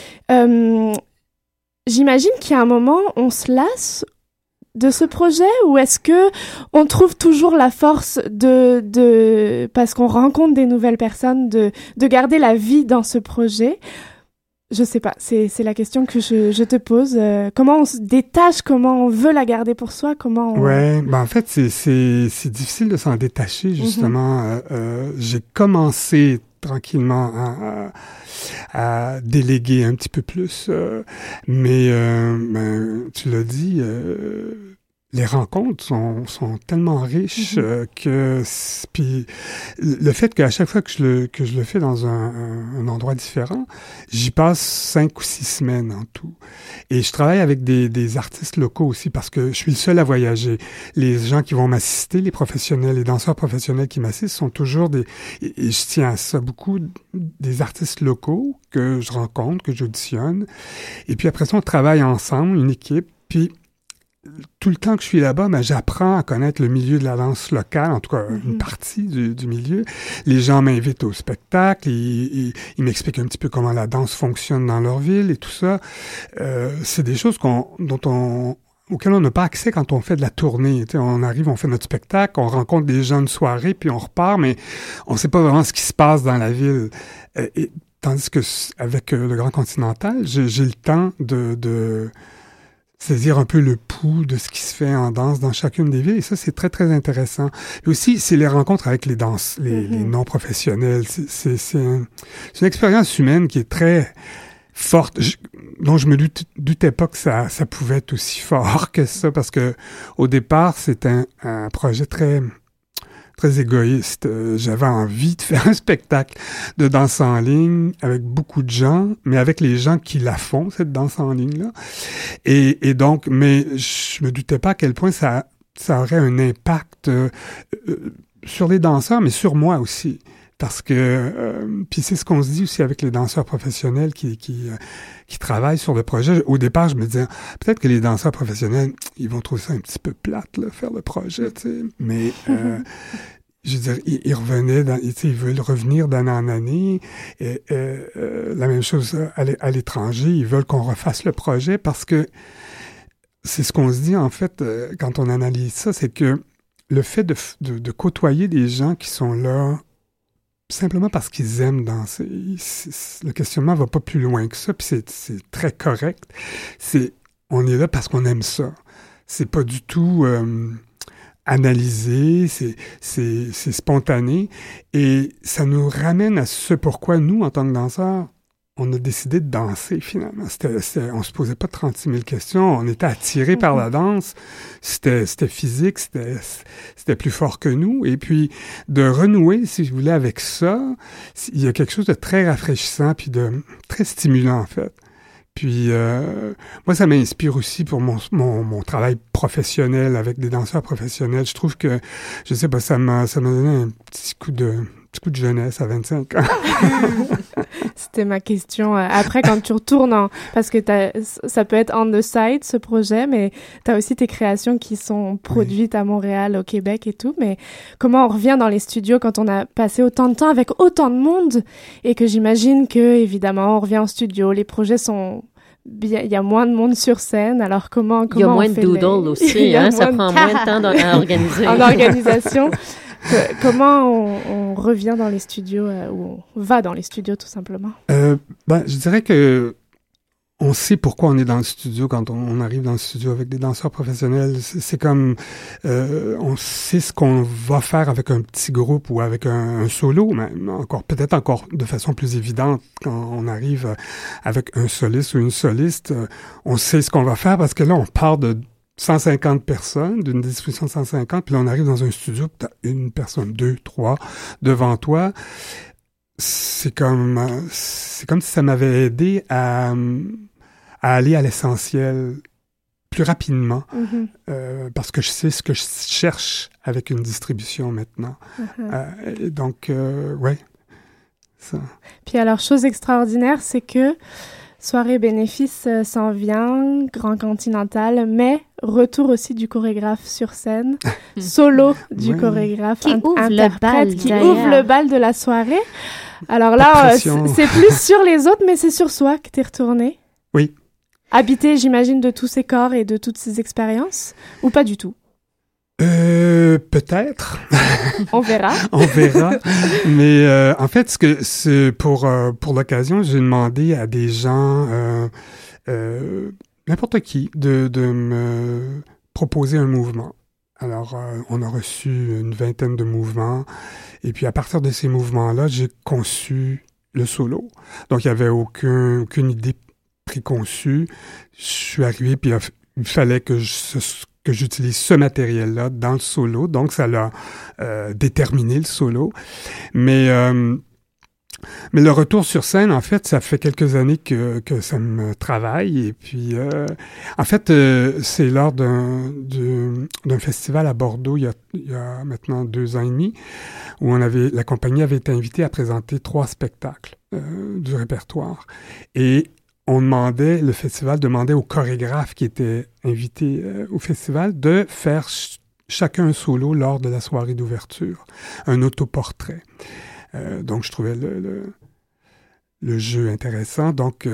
H: J'imagine qu'il y a un moment, on se lasse de ce projet, ou est-ce que on trouve toujours la force parce qu'on rencontre des nouvelles personnes, de garder la vie dans ce projet? Je sais pas, c'est la question que je te pose. Comment on se détache, comment on veut la garder pour soi, comment on...
K: Ouais, en fait, c'est difficile de s'en détacher, justement. J'ai commencé tranquillement à déléguer un petit peu plus. Mais tu l'as dit, les rencontres sont tellement riches que puis le fait qu'à chaque fois que je le fais dans un endroit différent, j'y passe 5 ou 6 semaines en tout. Et je travaille avec des artistes locaux aussi parce que je suis le seul à voyager. Les gens qui vont m'assister, les professionnels, les danseurs professionnels qui m'assistent sont toujours et je tiens à ça beaucoup, des artistes locaux que je rencontre, que j'auditionne. Et puis après ça, on travaille ensemble, une équipe, puis tout le temps que je suis là-bas, j'apprends à connaître le milieu de la danse locale, en tout cas une partie du milieu. Les gens m'invitent au spectacle, ils m'expliquent un petit peu comment la danse fonctionne dans leur ville et tout ça. C'est des choses auxquelles on n'a pas accès quand on fait de la tournée. Tu sais, on arrive, on fait notre spectacle, on rencontre des gens une soirée, puis on repart, mais on ne sait pas vraiment ce qui se passe dans la ville. Tandis que avec le Grand Continental, j'ai le temps de saisir un peu le pouls de ce qui se fait en danse dans chacune des villes. Et ça, c'est très, très intéressant. Et aussi, c'est les rencontres avec les non-professionnels. C'est une expérience humaine qui est très forte, dont je me doutais pas que ça pouvait être aussi fort que ça, parce que au départ, c'est un projet très égoïste. J'avais envie de faire un spectacle de danse en ligne avec beaucoup de gens, mais avec les gens qui la font, cette danse en ligne-là. Et donc, mais je me doutais pas à quel point ça aurait un impact sur les danseurs, mais sur moi aussi. Parce que, puis c'est ce qu'on se dit aussi avec les danseurs professionnels qui travaillent sur le projet. Au départ, je me disais, peut-être que les danseurs professionnels, ils vont trouver ça un petit peu plate, là, faire le projet, tu sais. Mais, je veux dire, ils revenaient, ils veulent revenir d'année en année. Et, la même chose à l'étranger, ils veulent qu'on refasse le projet parce que c'est ce qu'on se dit, en fait, quand on analyse ça, c'est que le fait de côtoyer des gens qui sont là simplement parce qu'ils aiment danser. Le questionnement va pas plus loin que ça, puis c'est très correct. On est là parce qu'on aime ça. C'est pas du tout analysé, c'est spontané, et ça nous ramène à ce pourquoi nous, en tant que danseurs, on a décidé de danser, finalement. On se posait pas 36 000 questions, on était attirés par la danse, c'était physique, c'était plus fort que nous, et puis de renouer, si vous voulez, avec ça, il y a quelque chose de très rafraîchissant, puis de très stimulant, en fait. Puis, moi, ça m'inspire aussi pour mon travail professionnel avec des danseurs professionnels. Je trouve que, je sais pas, ça m'a donné un petit coup de jeunesse à 25 ans.
H: C'était ma question. Après, quand tu retournes parce que ça peut être on the side, ce projet, mais tu as aussi tes créations qui sont produites à Montréal, au Québec et tout. Mais comment on revient dans les studios quand on a passé autant de temps avec autant de monde et que j'imagine que, évidemment, on revient en studio, les projets sont... Il y a moins de monde sur scène, alors comment
L: il y a moins de doodle aussi, hein, ça prend moins de temps à organiser.
H: En organisation. Comment on revient dans les studios, ou on va dans les studios tout simplement?
K: Je dirais que on sait pourquoi on est dans le studio quand on arrive dans le studio avec des danseurs professionnels. C'est comme on sait ce qu'on va faire avec un petit groupe ou avec un solo, mais peut-être encore de façon plus évidente quand on arrive avec un soliste ou une soliste. On sait ce qu'on va faire parce que là, on part de 150 personnes, d'une distribution de 150, puis là, on arrive dans un studio, puis t'as une personne, 2, 3 devant toi. C'est comme si ça m'avait aidé à aller à l'essentiel plus rapidement, parce que je sais ce que je cherche avec une distribution maintenant. Donc, ouais, ça.
H: Puis alors, chose extraordinaire, c'est que Soirée bénéfice s'en vient, Grand Continental, mais retour aussi du chorégraphe sur scène, solo du chorégraphe
I: qui ouvre
H: le bal de la soirée. Alors là, c'est plus sur les autres, mais c'est sur soi que t'es retourné.
K: Oui.
H: Habité, j'imagine, de tous ces corps et de toutes ces expériences, ou pas du tout?
K: Peut-être.
H: On verra.
K: On verra. Mais en fait, c'est pour l'occasion, j'ai demandé à des gens, n'importe qui, de me proposer un mouvement. Alors, on a reçu une vingtaine de mouvements, et puis à partir de ces mouvements-là, j'ai conçu le solo. Donc, il n'y avait aucune idée préconçue. Je suis arrivé, puis il fallait que que j'utilise ce matériel-là dans le solo, donc ça l'a déterminé le solo. Mais le retour sur scène, en fait, ça fait quelques années que ça me travaille. Et puis, en fait, c'est lors d'un festival à Bordeaux, il y a maintenant 2 ans et demi, où la compagnie avait été invitée à présenter 3 spectacles du répertoire. Et le festival demandait aux chorégraphes qui étaient invités au festival de faire chacun un solo lors de la soirée d'ouverture, un autoportrait. Donc, je trouvais le jeu intéressant. Donc,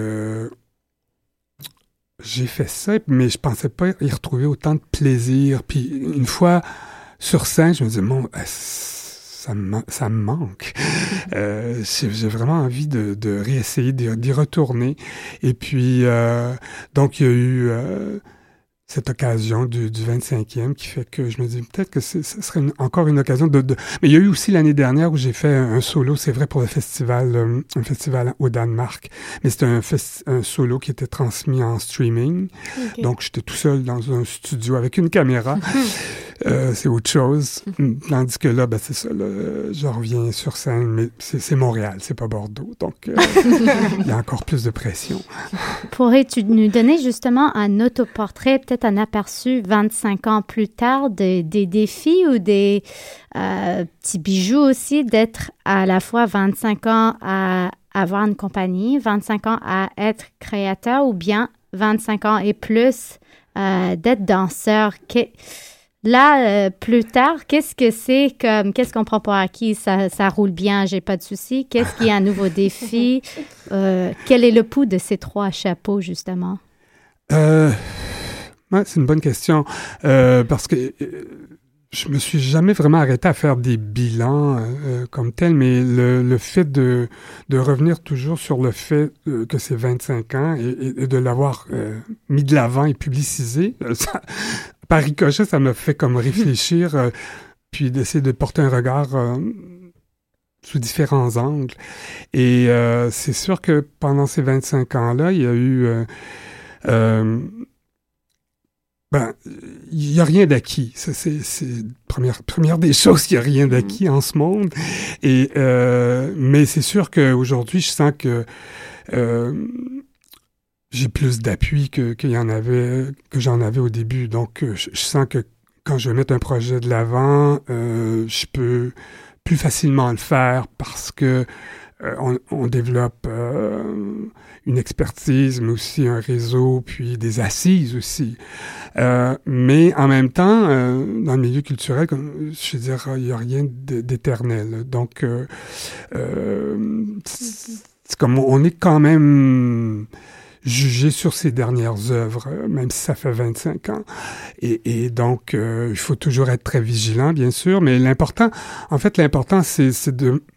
K: j'ai fait ça, mais je pensais pas y retrouver autant de plaisir. Puis, une fois sur scène, je me disais, ça me manque. J'ai vraiment envie de réessayer, d'y retourner. Et puis, donc, il y a eu cette occasion du 25e qui fait que je me dis peut-être que ce serait encore une occasion Mais il y a eu aussi l'année dernière où j'ai fait un solo, c'est vrai, pour le festival, un festival au Danemark, mais c'était un solo qui était transmis en streaming. Okay. Donc, j'étais tout seul dans un studio avec une caméra. C'est autre chose. Tandis que là, c'est ça, là, je reviens sur scène, mais c'est Montréal, c'est pas Bordeaux. Donc, il y a encore plus de pression.
I: Pourrais-tu nous donner justement un autoportrait, peut-être un aperçu 25 ans plus tard des défis ou des petits bijoux aussi d'être à la fois 25 ans à avoir une compagnie, 25 ans à être créateur ou bien 25 ans et plus d'être danseur? Là, plus tard, qu'est-ce qu'on prend pour acquis? Ça roule bien, j'ai pas de soucis. Qu'est-ce qui est un nouveau défi? Quel est le pouls de ces 3 chapeaux, justement?
K: Ouais, c'est une bonne question. Parce que je me suis jamais vraiment arrêté à faire des bilans comme tel, mais le fait de revenir toujours sur le fait que c'est 25 ans et de l'avoir mis de l'avant et publicisé, par ricochet, ça m'a fait comme réfléchir, puis d'essayer de porter un regard sous différents angles. Et c'est sûr que pendant ces 25 ans-là, il y a eu... il n'y a rien d'acquis. Ça, c'est première des choses, il n'y a rien d'acquis en ce monde. Et mais c'est sûr qu'aujourd'hui, je sens que j'ai plus d'appui que j'en avais au début. Donc, je sens que quand je vais mettre un projet de l'avant, je peux plus facilement le faire parce que on développe une expertise, mais aussi un réseau, puis des assises aussi. Mais en même temps, dans le milieu culturel, je veux dire, il n'y a rien d'éternel. Donc, c'est comme on est quand même jugé sur ses dernières œuvres, même si ça fait 25 ans. Et donc, il faut toujours être très vigilant, bien sûr, mais l'important, c'est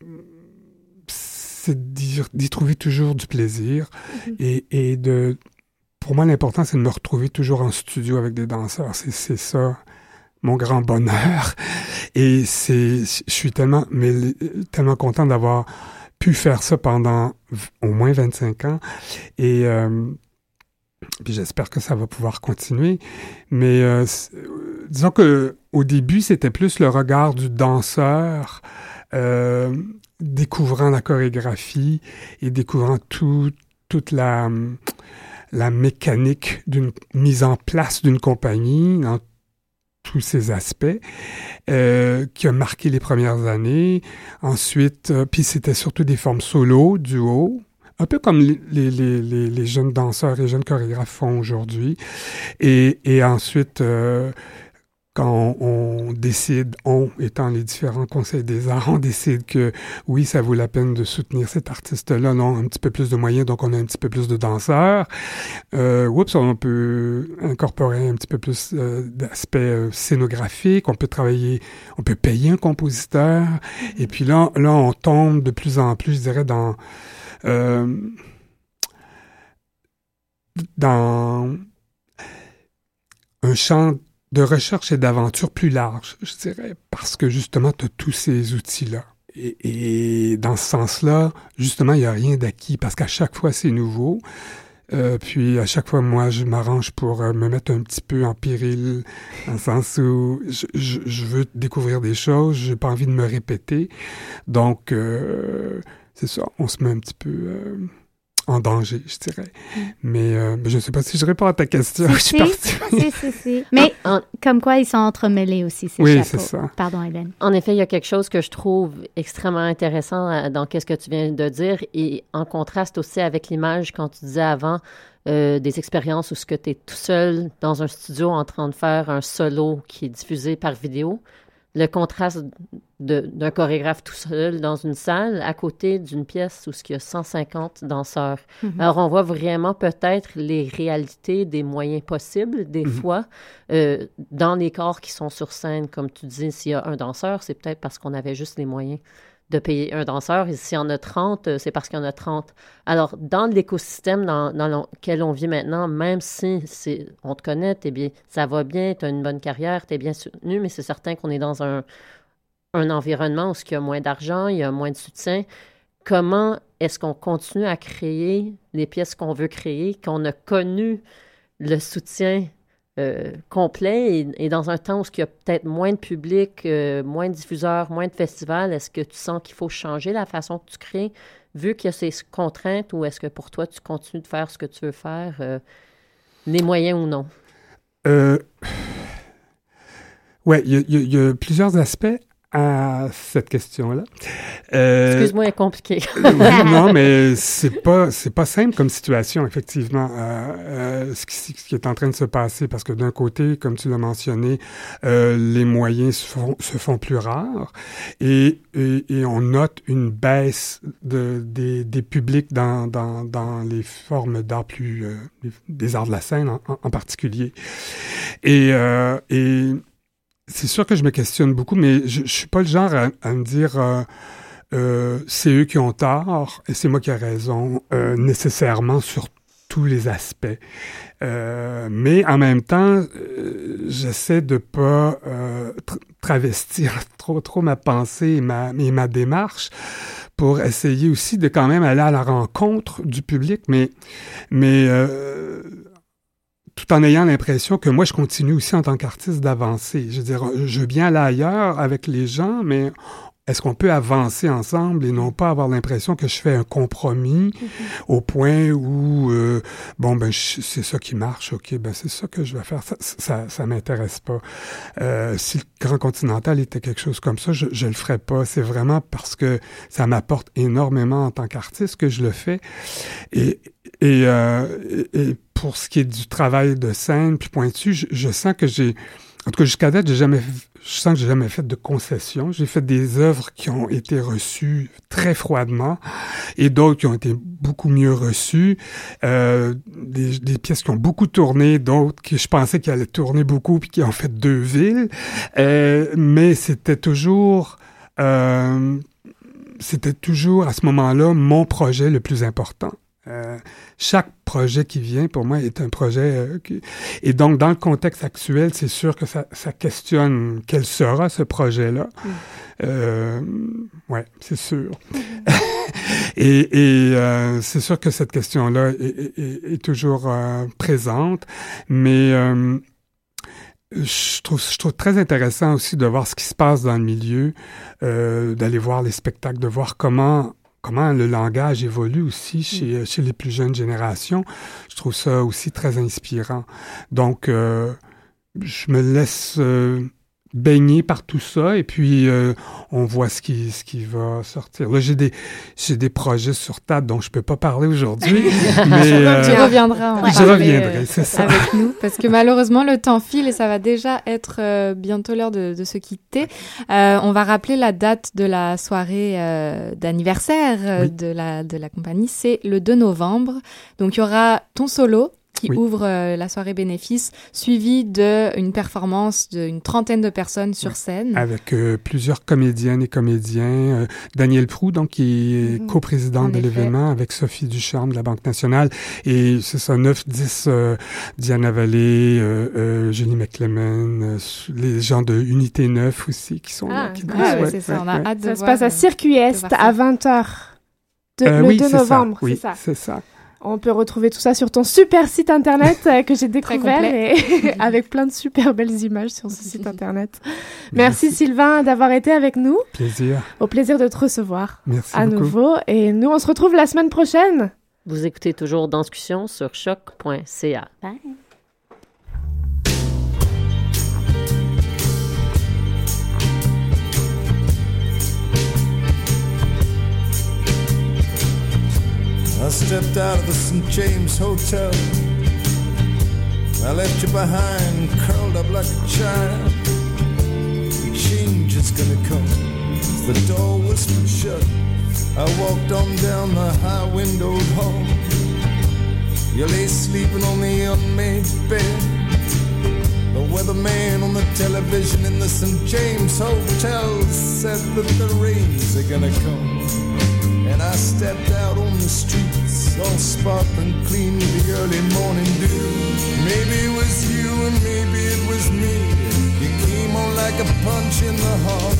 K: d'y trouver toujours du plaisir et pour moi, l'important, c'est de me retrouver toujours en studio avec des danseurs. C'est ça, mon grand bonheur. Et je suis tellement content d'avoir pu faire ça pendant au moins 25 ans. Et puis j'espère que ça va pouvoir continuer. Mais disons que au début, c'était plus le regard du danseur découvrant la chorégraphie et découvrant toute la mécanique d'une mise en place d'une compagnie dans tous ces aspects qui a marqué les premières années. Ensuite, puis c'était surtout des formes solo, duo, un peu comme les jeunes danseurs et jeunes chorégraphes font aujourd'hui. Et ensuite, quand on décide, étant les différents conseils des arts, on décide que oui, ça vaut la peine de soutenir cet artiste-là, non, un petit peu plus de moyens, donc on a un petit peu plus de danseurs. On peut incorporer un petit peu plus d'aspects scénographiques, on peut payer un compositeur, et puis là, on tombe de plus en plus, je dirais, dans un champ de recherche et d'aventure plus large, je dirais, parce que justement, tu as tous ces outils-là. Et dans ce sens-là, justement, il n'y a rien d'acquis, parce qu'à chaque fois, c'est nouveau. Puis à chaque fois, moi, je m'arrange pour me mettre un petit peu en péril, dans le sens où je veux découvrir des choses, j'ai pas envie de me répéter. Donc, c'est ça, on se met un petit peu en danger, je dirais. Mais je ne sais pas si je réponds à ta question.
I: Si. Mais comme quoi, ils sont entremêlés aussi, ces chapeaux.
K: Oui, c'est ça.
I: Pardon, Hélène.
L: En effet, il y a quelque chose que je trouve extrêmement intéressant dans ce que tu viens de dire et en contraste aussi avec l'image quand tu disais avant des expériences où tu es tout seul dans un studio en train de faire un solo qui est diffusé par vidéo. Le contraste d'un chorégraphe tout seul dans une salle à côté d'une pièce où il y a 150 danseurs. Mm-hmm. Alors, on voit vraiment peut-être les réalités des moyens possibles, des fois, dans les corps qui sont sur scène. Comme tu dis, s'il y a un danseur, c'est peut-être parce qu'on avait juste les moyens de payer un danseur. Et s'il y en a 30, c'est parce qu'il y en a 30. Alors, dans l'écosystème dans lequel on vit maintenant, même si on te connaît, ça va bien, tu as une bonne carrière, tu es bien soutenu, mais c'est certain qu'on est dans un environnement où il y a moins d'argent, il y a moins de soutien. Comment est-ce qu'on continue à créer les pièces qu'on veut créer, qu'on a connu le soutien complet et dans un temps où il y a peut-être moins de public, moins de diffuseurs, moins de festivals, est-ce que tu sens qu'il faut changer la façon que tu crées, vu qu'il y a ces contraintes, ou est-ce que pour toi, tu continues de faire ce que tu veux faire, les moyens ou non?
K: Oui, il y a plusieurs aspects à cette question-là.
L: Excuse-moi, elle est compliquée.
K: Non, mais c'est pas simple comme situation, effectivement, ce qui est en train de se passer, parce que d'un côté, comme tu l'as mentionné, les moyens se font plus rares et on note une baisse des publics dans les formes d'art des arts de la scène en particulier. Et c'est sûr que je me questionne beaucoup, mais je suis pas le genre à me dire c'est eux qui ont tort et c'est moi qui ai raison nécessairement sur tous les aspects. Mais en même temps, j'essaie de pas travestir trop ma pensée et ma démarche pour essayer aussi de quand même aller à la rencontre du public, mais tout en ayant l'impression que moi, je continue aussi en tant qu'artiste d'avancer. Je veux dire, je veux bien aller ailleurs avec les gens, mais est-ce qu'on peut avancer ensemble et non pas avoir l'impression que je fais un compromis au point où, c'est ça qui marche, OK, c'est ça que je vais faire. Ça m'intéresse pas. Si le Grand Continental était quelque chose comme ça, je le ferais pas. C'est vraiment parce que ça m'apporte énormément en tant qu'artiste que je le fais. Et pour ce qui est du travail de scène puis pointu, je sens que en tout cas jusqu'à date, je sens que j'ai jamais fait de concessions. J'ai fait des œuvres qui ont été reçues très froidement et d'autres qui ont été beaucoup mieux reçues. Des pièces qui ont beaucoup tourné, d'autres qui je pensais qu'ils allaient tourner beaucoup puis qui ont fait 2 villes. Mais c'était toujours à ce moment-là mon projet le plus important. Chaque projet qui vient, pour moi, est un projet Et donc, dans le contexte actuel, c'est sûr que ça questionne quel sera ce projet-là. Ouais, c'est sûr. et c'est sûr que cette question-là est toujours présente, mais je trouve très intéressant aussi de voir ce qui se passe dans le milieu, d'aller voir les spectacles, de voir comment le langage évolue aussi chez les plus jeunes générations. Je trouve ça aussi très inspirant. Donc, je me laisse baigner par tout ça et puis on voit ce qui va sortir. Là, j'ai des projets sur table dont je peux pas parler aujourd'hui, mais
F: tu reviendras.
K: Je reviendrai, c'est ça.
F: Avec nous, parce que malheureusement le temps file et ça va déjà être bientôt l'heure de se quitter. On va rappeler la date de la soirée d'anniversaire de la compagnie, c'est le 2 novembre. Donc il y aura ton solo qui ouvre la soirée bénéfice, suivie d'une performance d'une 30aine de personnes sur scène.
K: Avec plusieurs comédiennes et comédiens. Daniel Proulx, donc, qui est coprésidente de l'événement, avec Sophie Ducharme de la Banque nationale. Et c'est ça, 9-10, Diana Vallée, Julie McClellan, les gens de Unité 9 aussi qui sont là.
F: C'est ça, on a hâte de voir.
H: Ça se passe à Circuit Est à 20h le 2 novembre,
K: c'est ça.
H: On peut retrouver tout ça sur ton super site internet que j'ai découvert et avec plein de super belles images sur ce site internet. Merci Sylvain d'avoir été avec nous.
K: Plaisir.
H: Au plaisir de te recevoir.
K: Merci
H: à
K: beaucoup.
H: nouveau. Et nous, on se retrouve la semaine prochaine.
L: Vous écoutez toujours Danscussion sur choc.ca.
I: Bye.
J: I stepped out of the St. James Hotel. I left you behind, curled up like a child. The change is gonna come. The door whispered shut. I walked on down the high-windowed hall. You lay sleeping on the unmade bed. The weatherman on the television in the St. James Hotel said that the rains are gonna come. And I stepped out on the streets, all sparkling clean with the early morning dew. Maybe it was you and maybe it was me. You came on like a punch in the heart.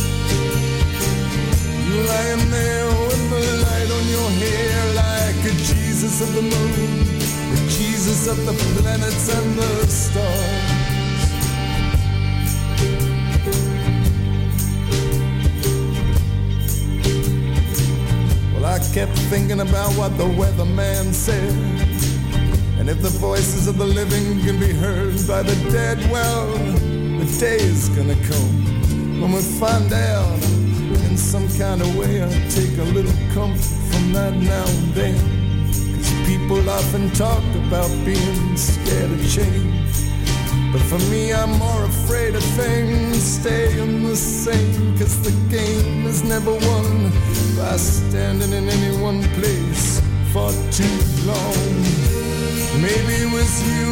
J: You lying there with the light on your hair like a Jesus of the moon, the Jesus of the planets and the stars. I kept thinking about what the weatherman said. And if the voices of the living can be heard by the dead, well, the day is gonna come when we find out in some kind of way. I take a little comfort from that now and then, 'cause people often talk about being scared of change. But for me, I'm more afraid of things staying the same, 'cause the game is never won by standing in any one place for too long. Maybe it was you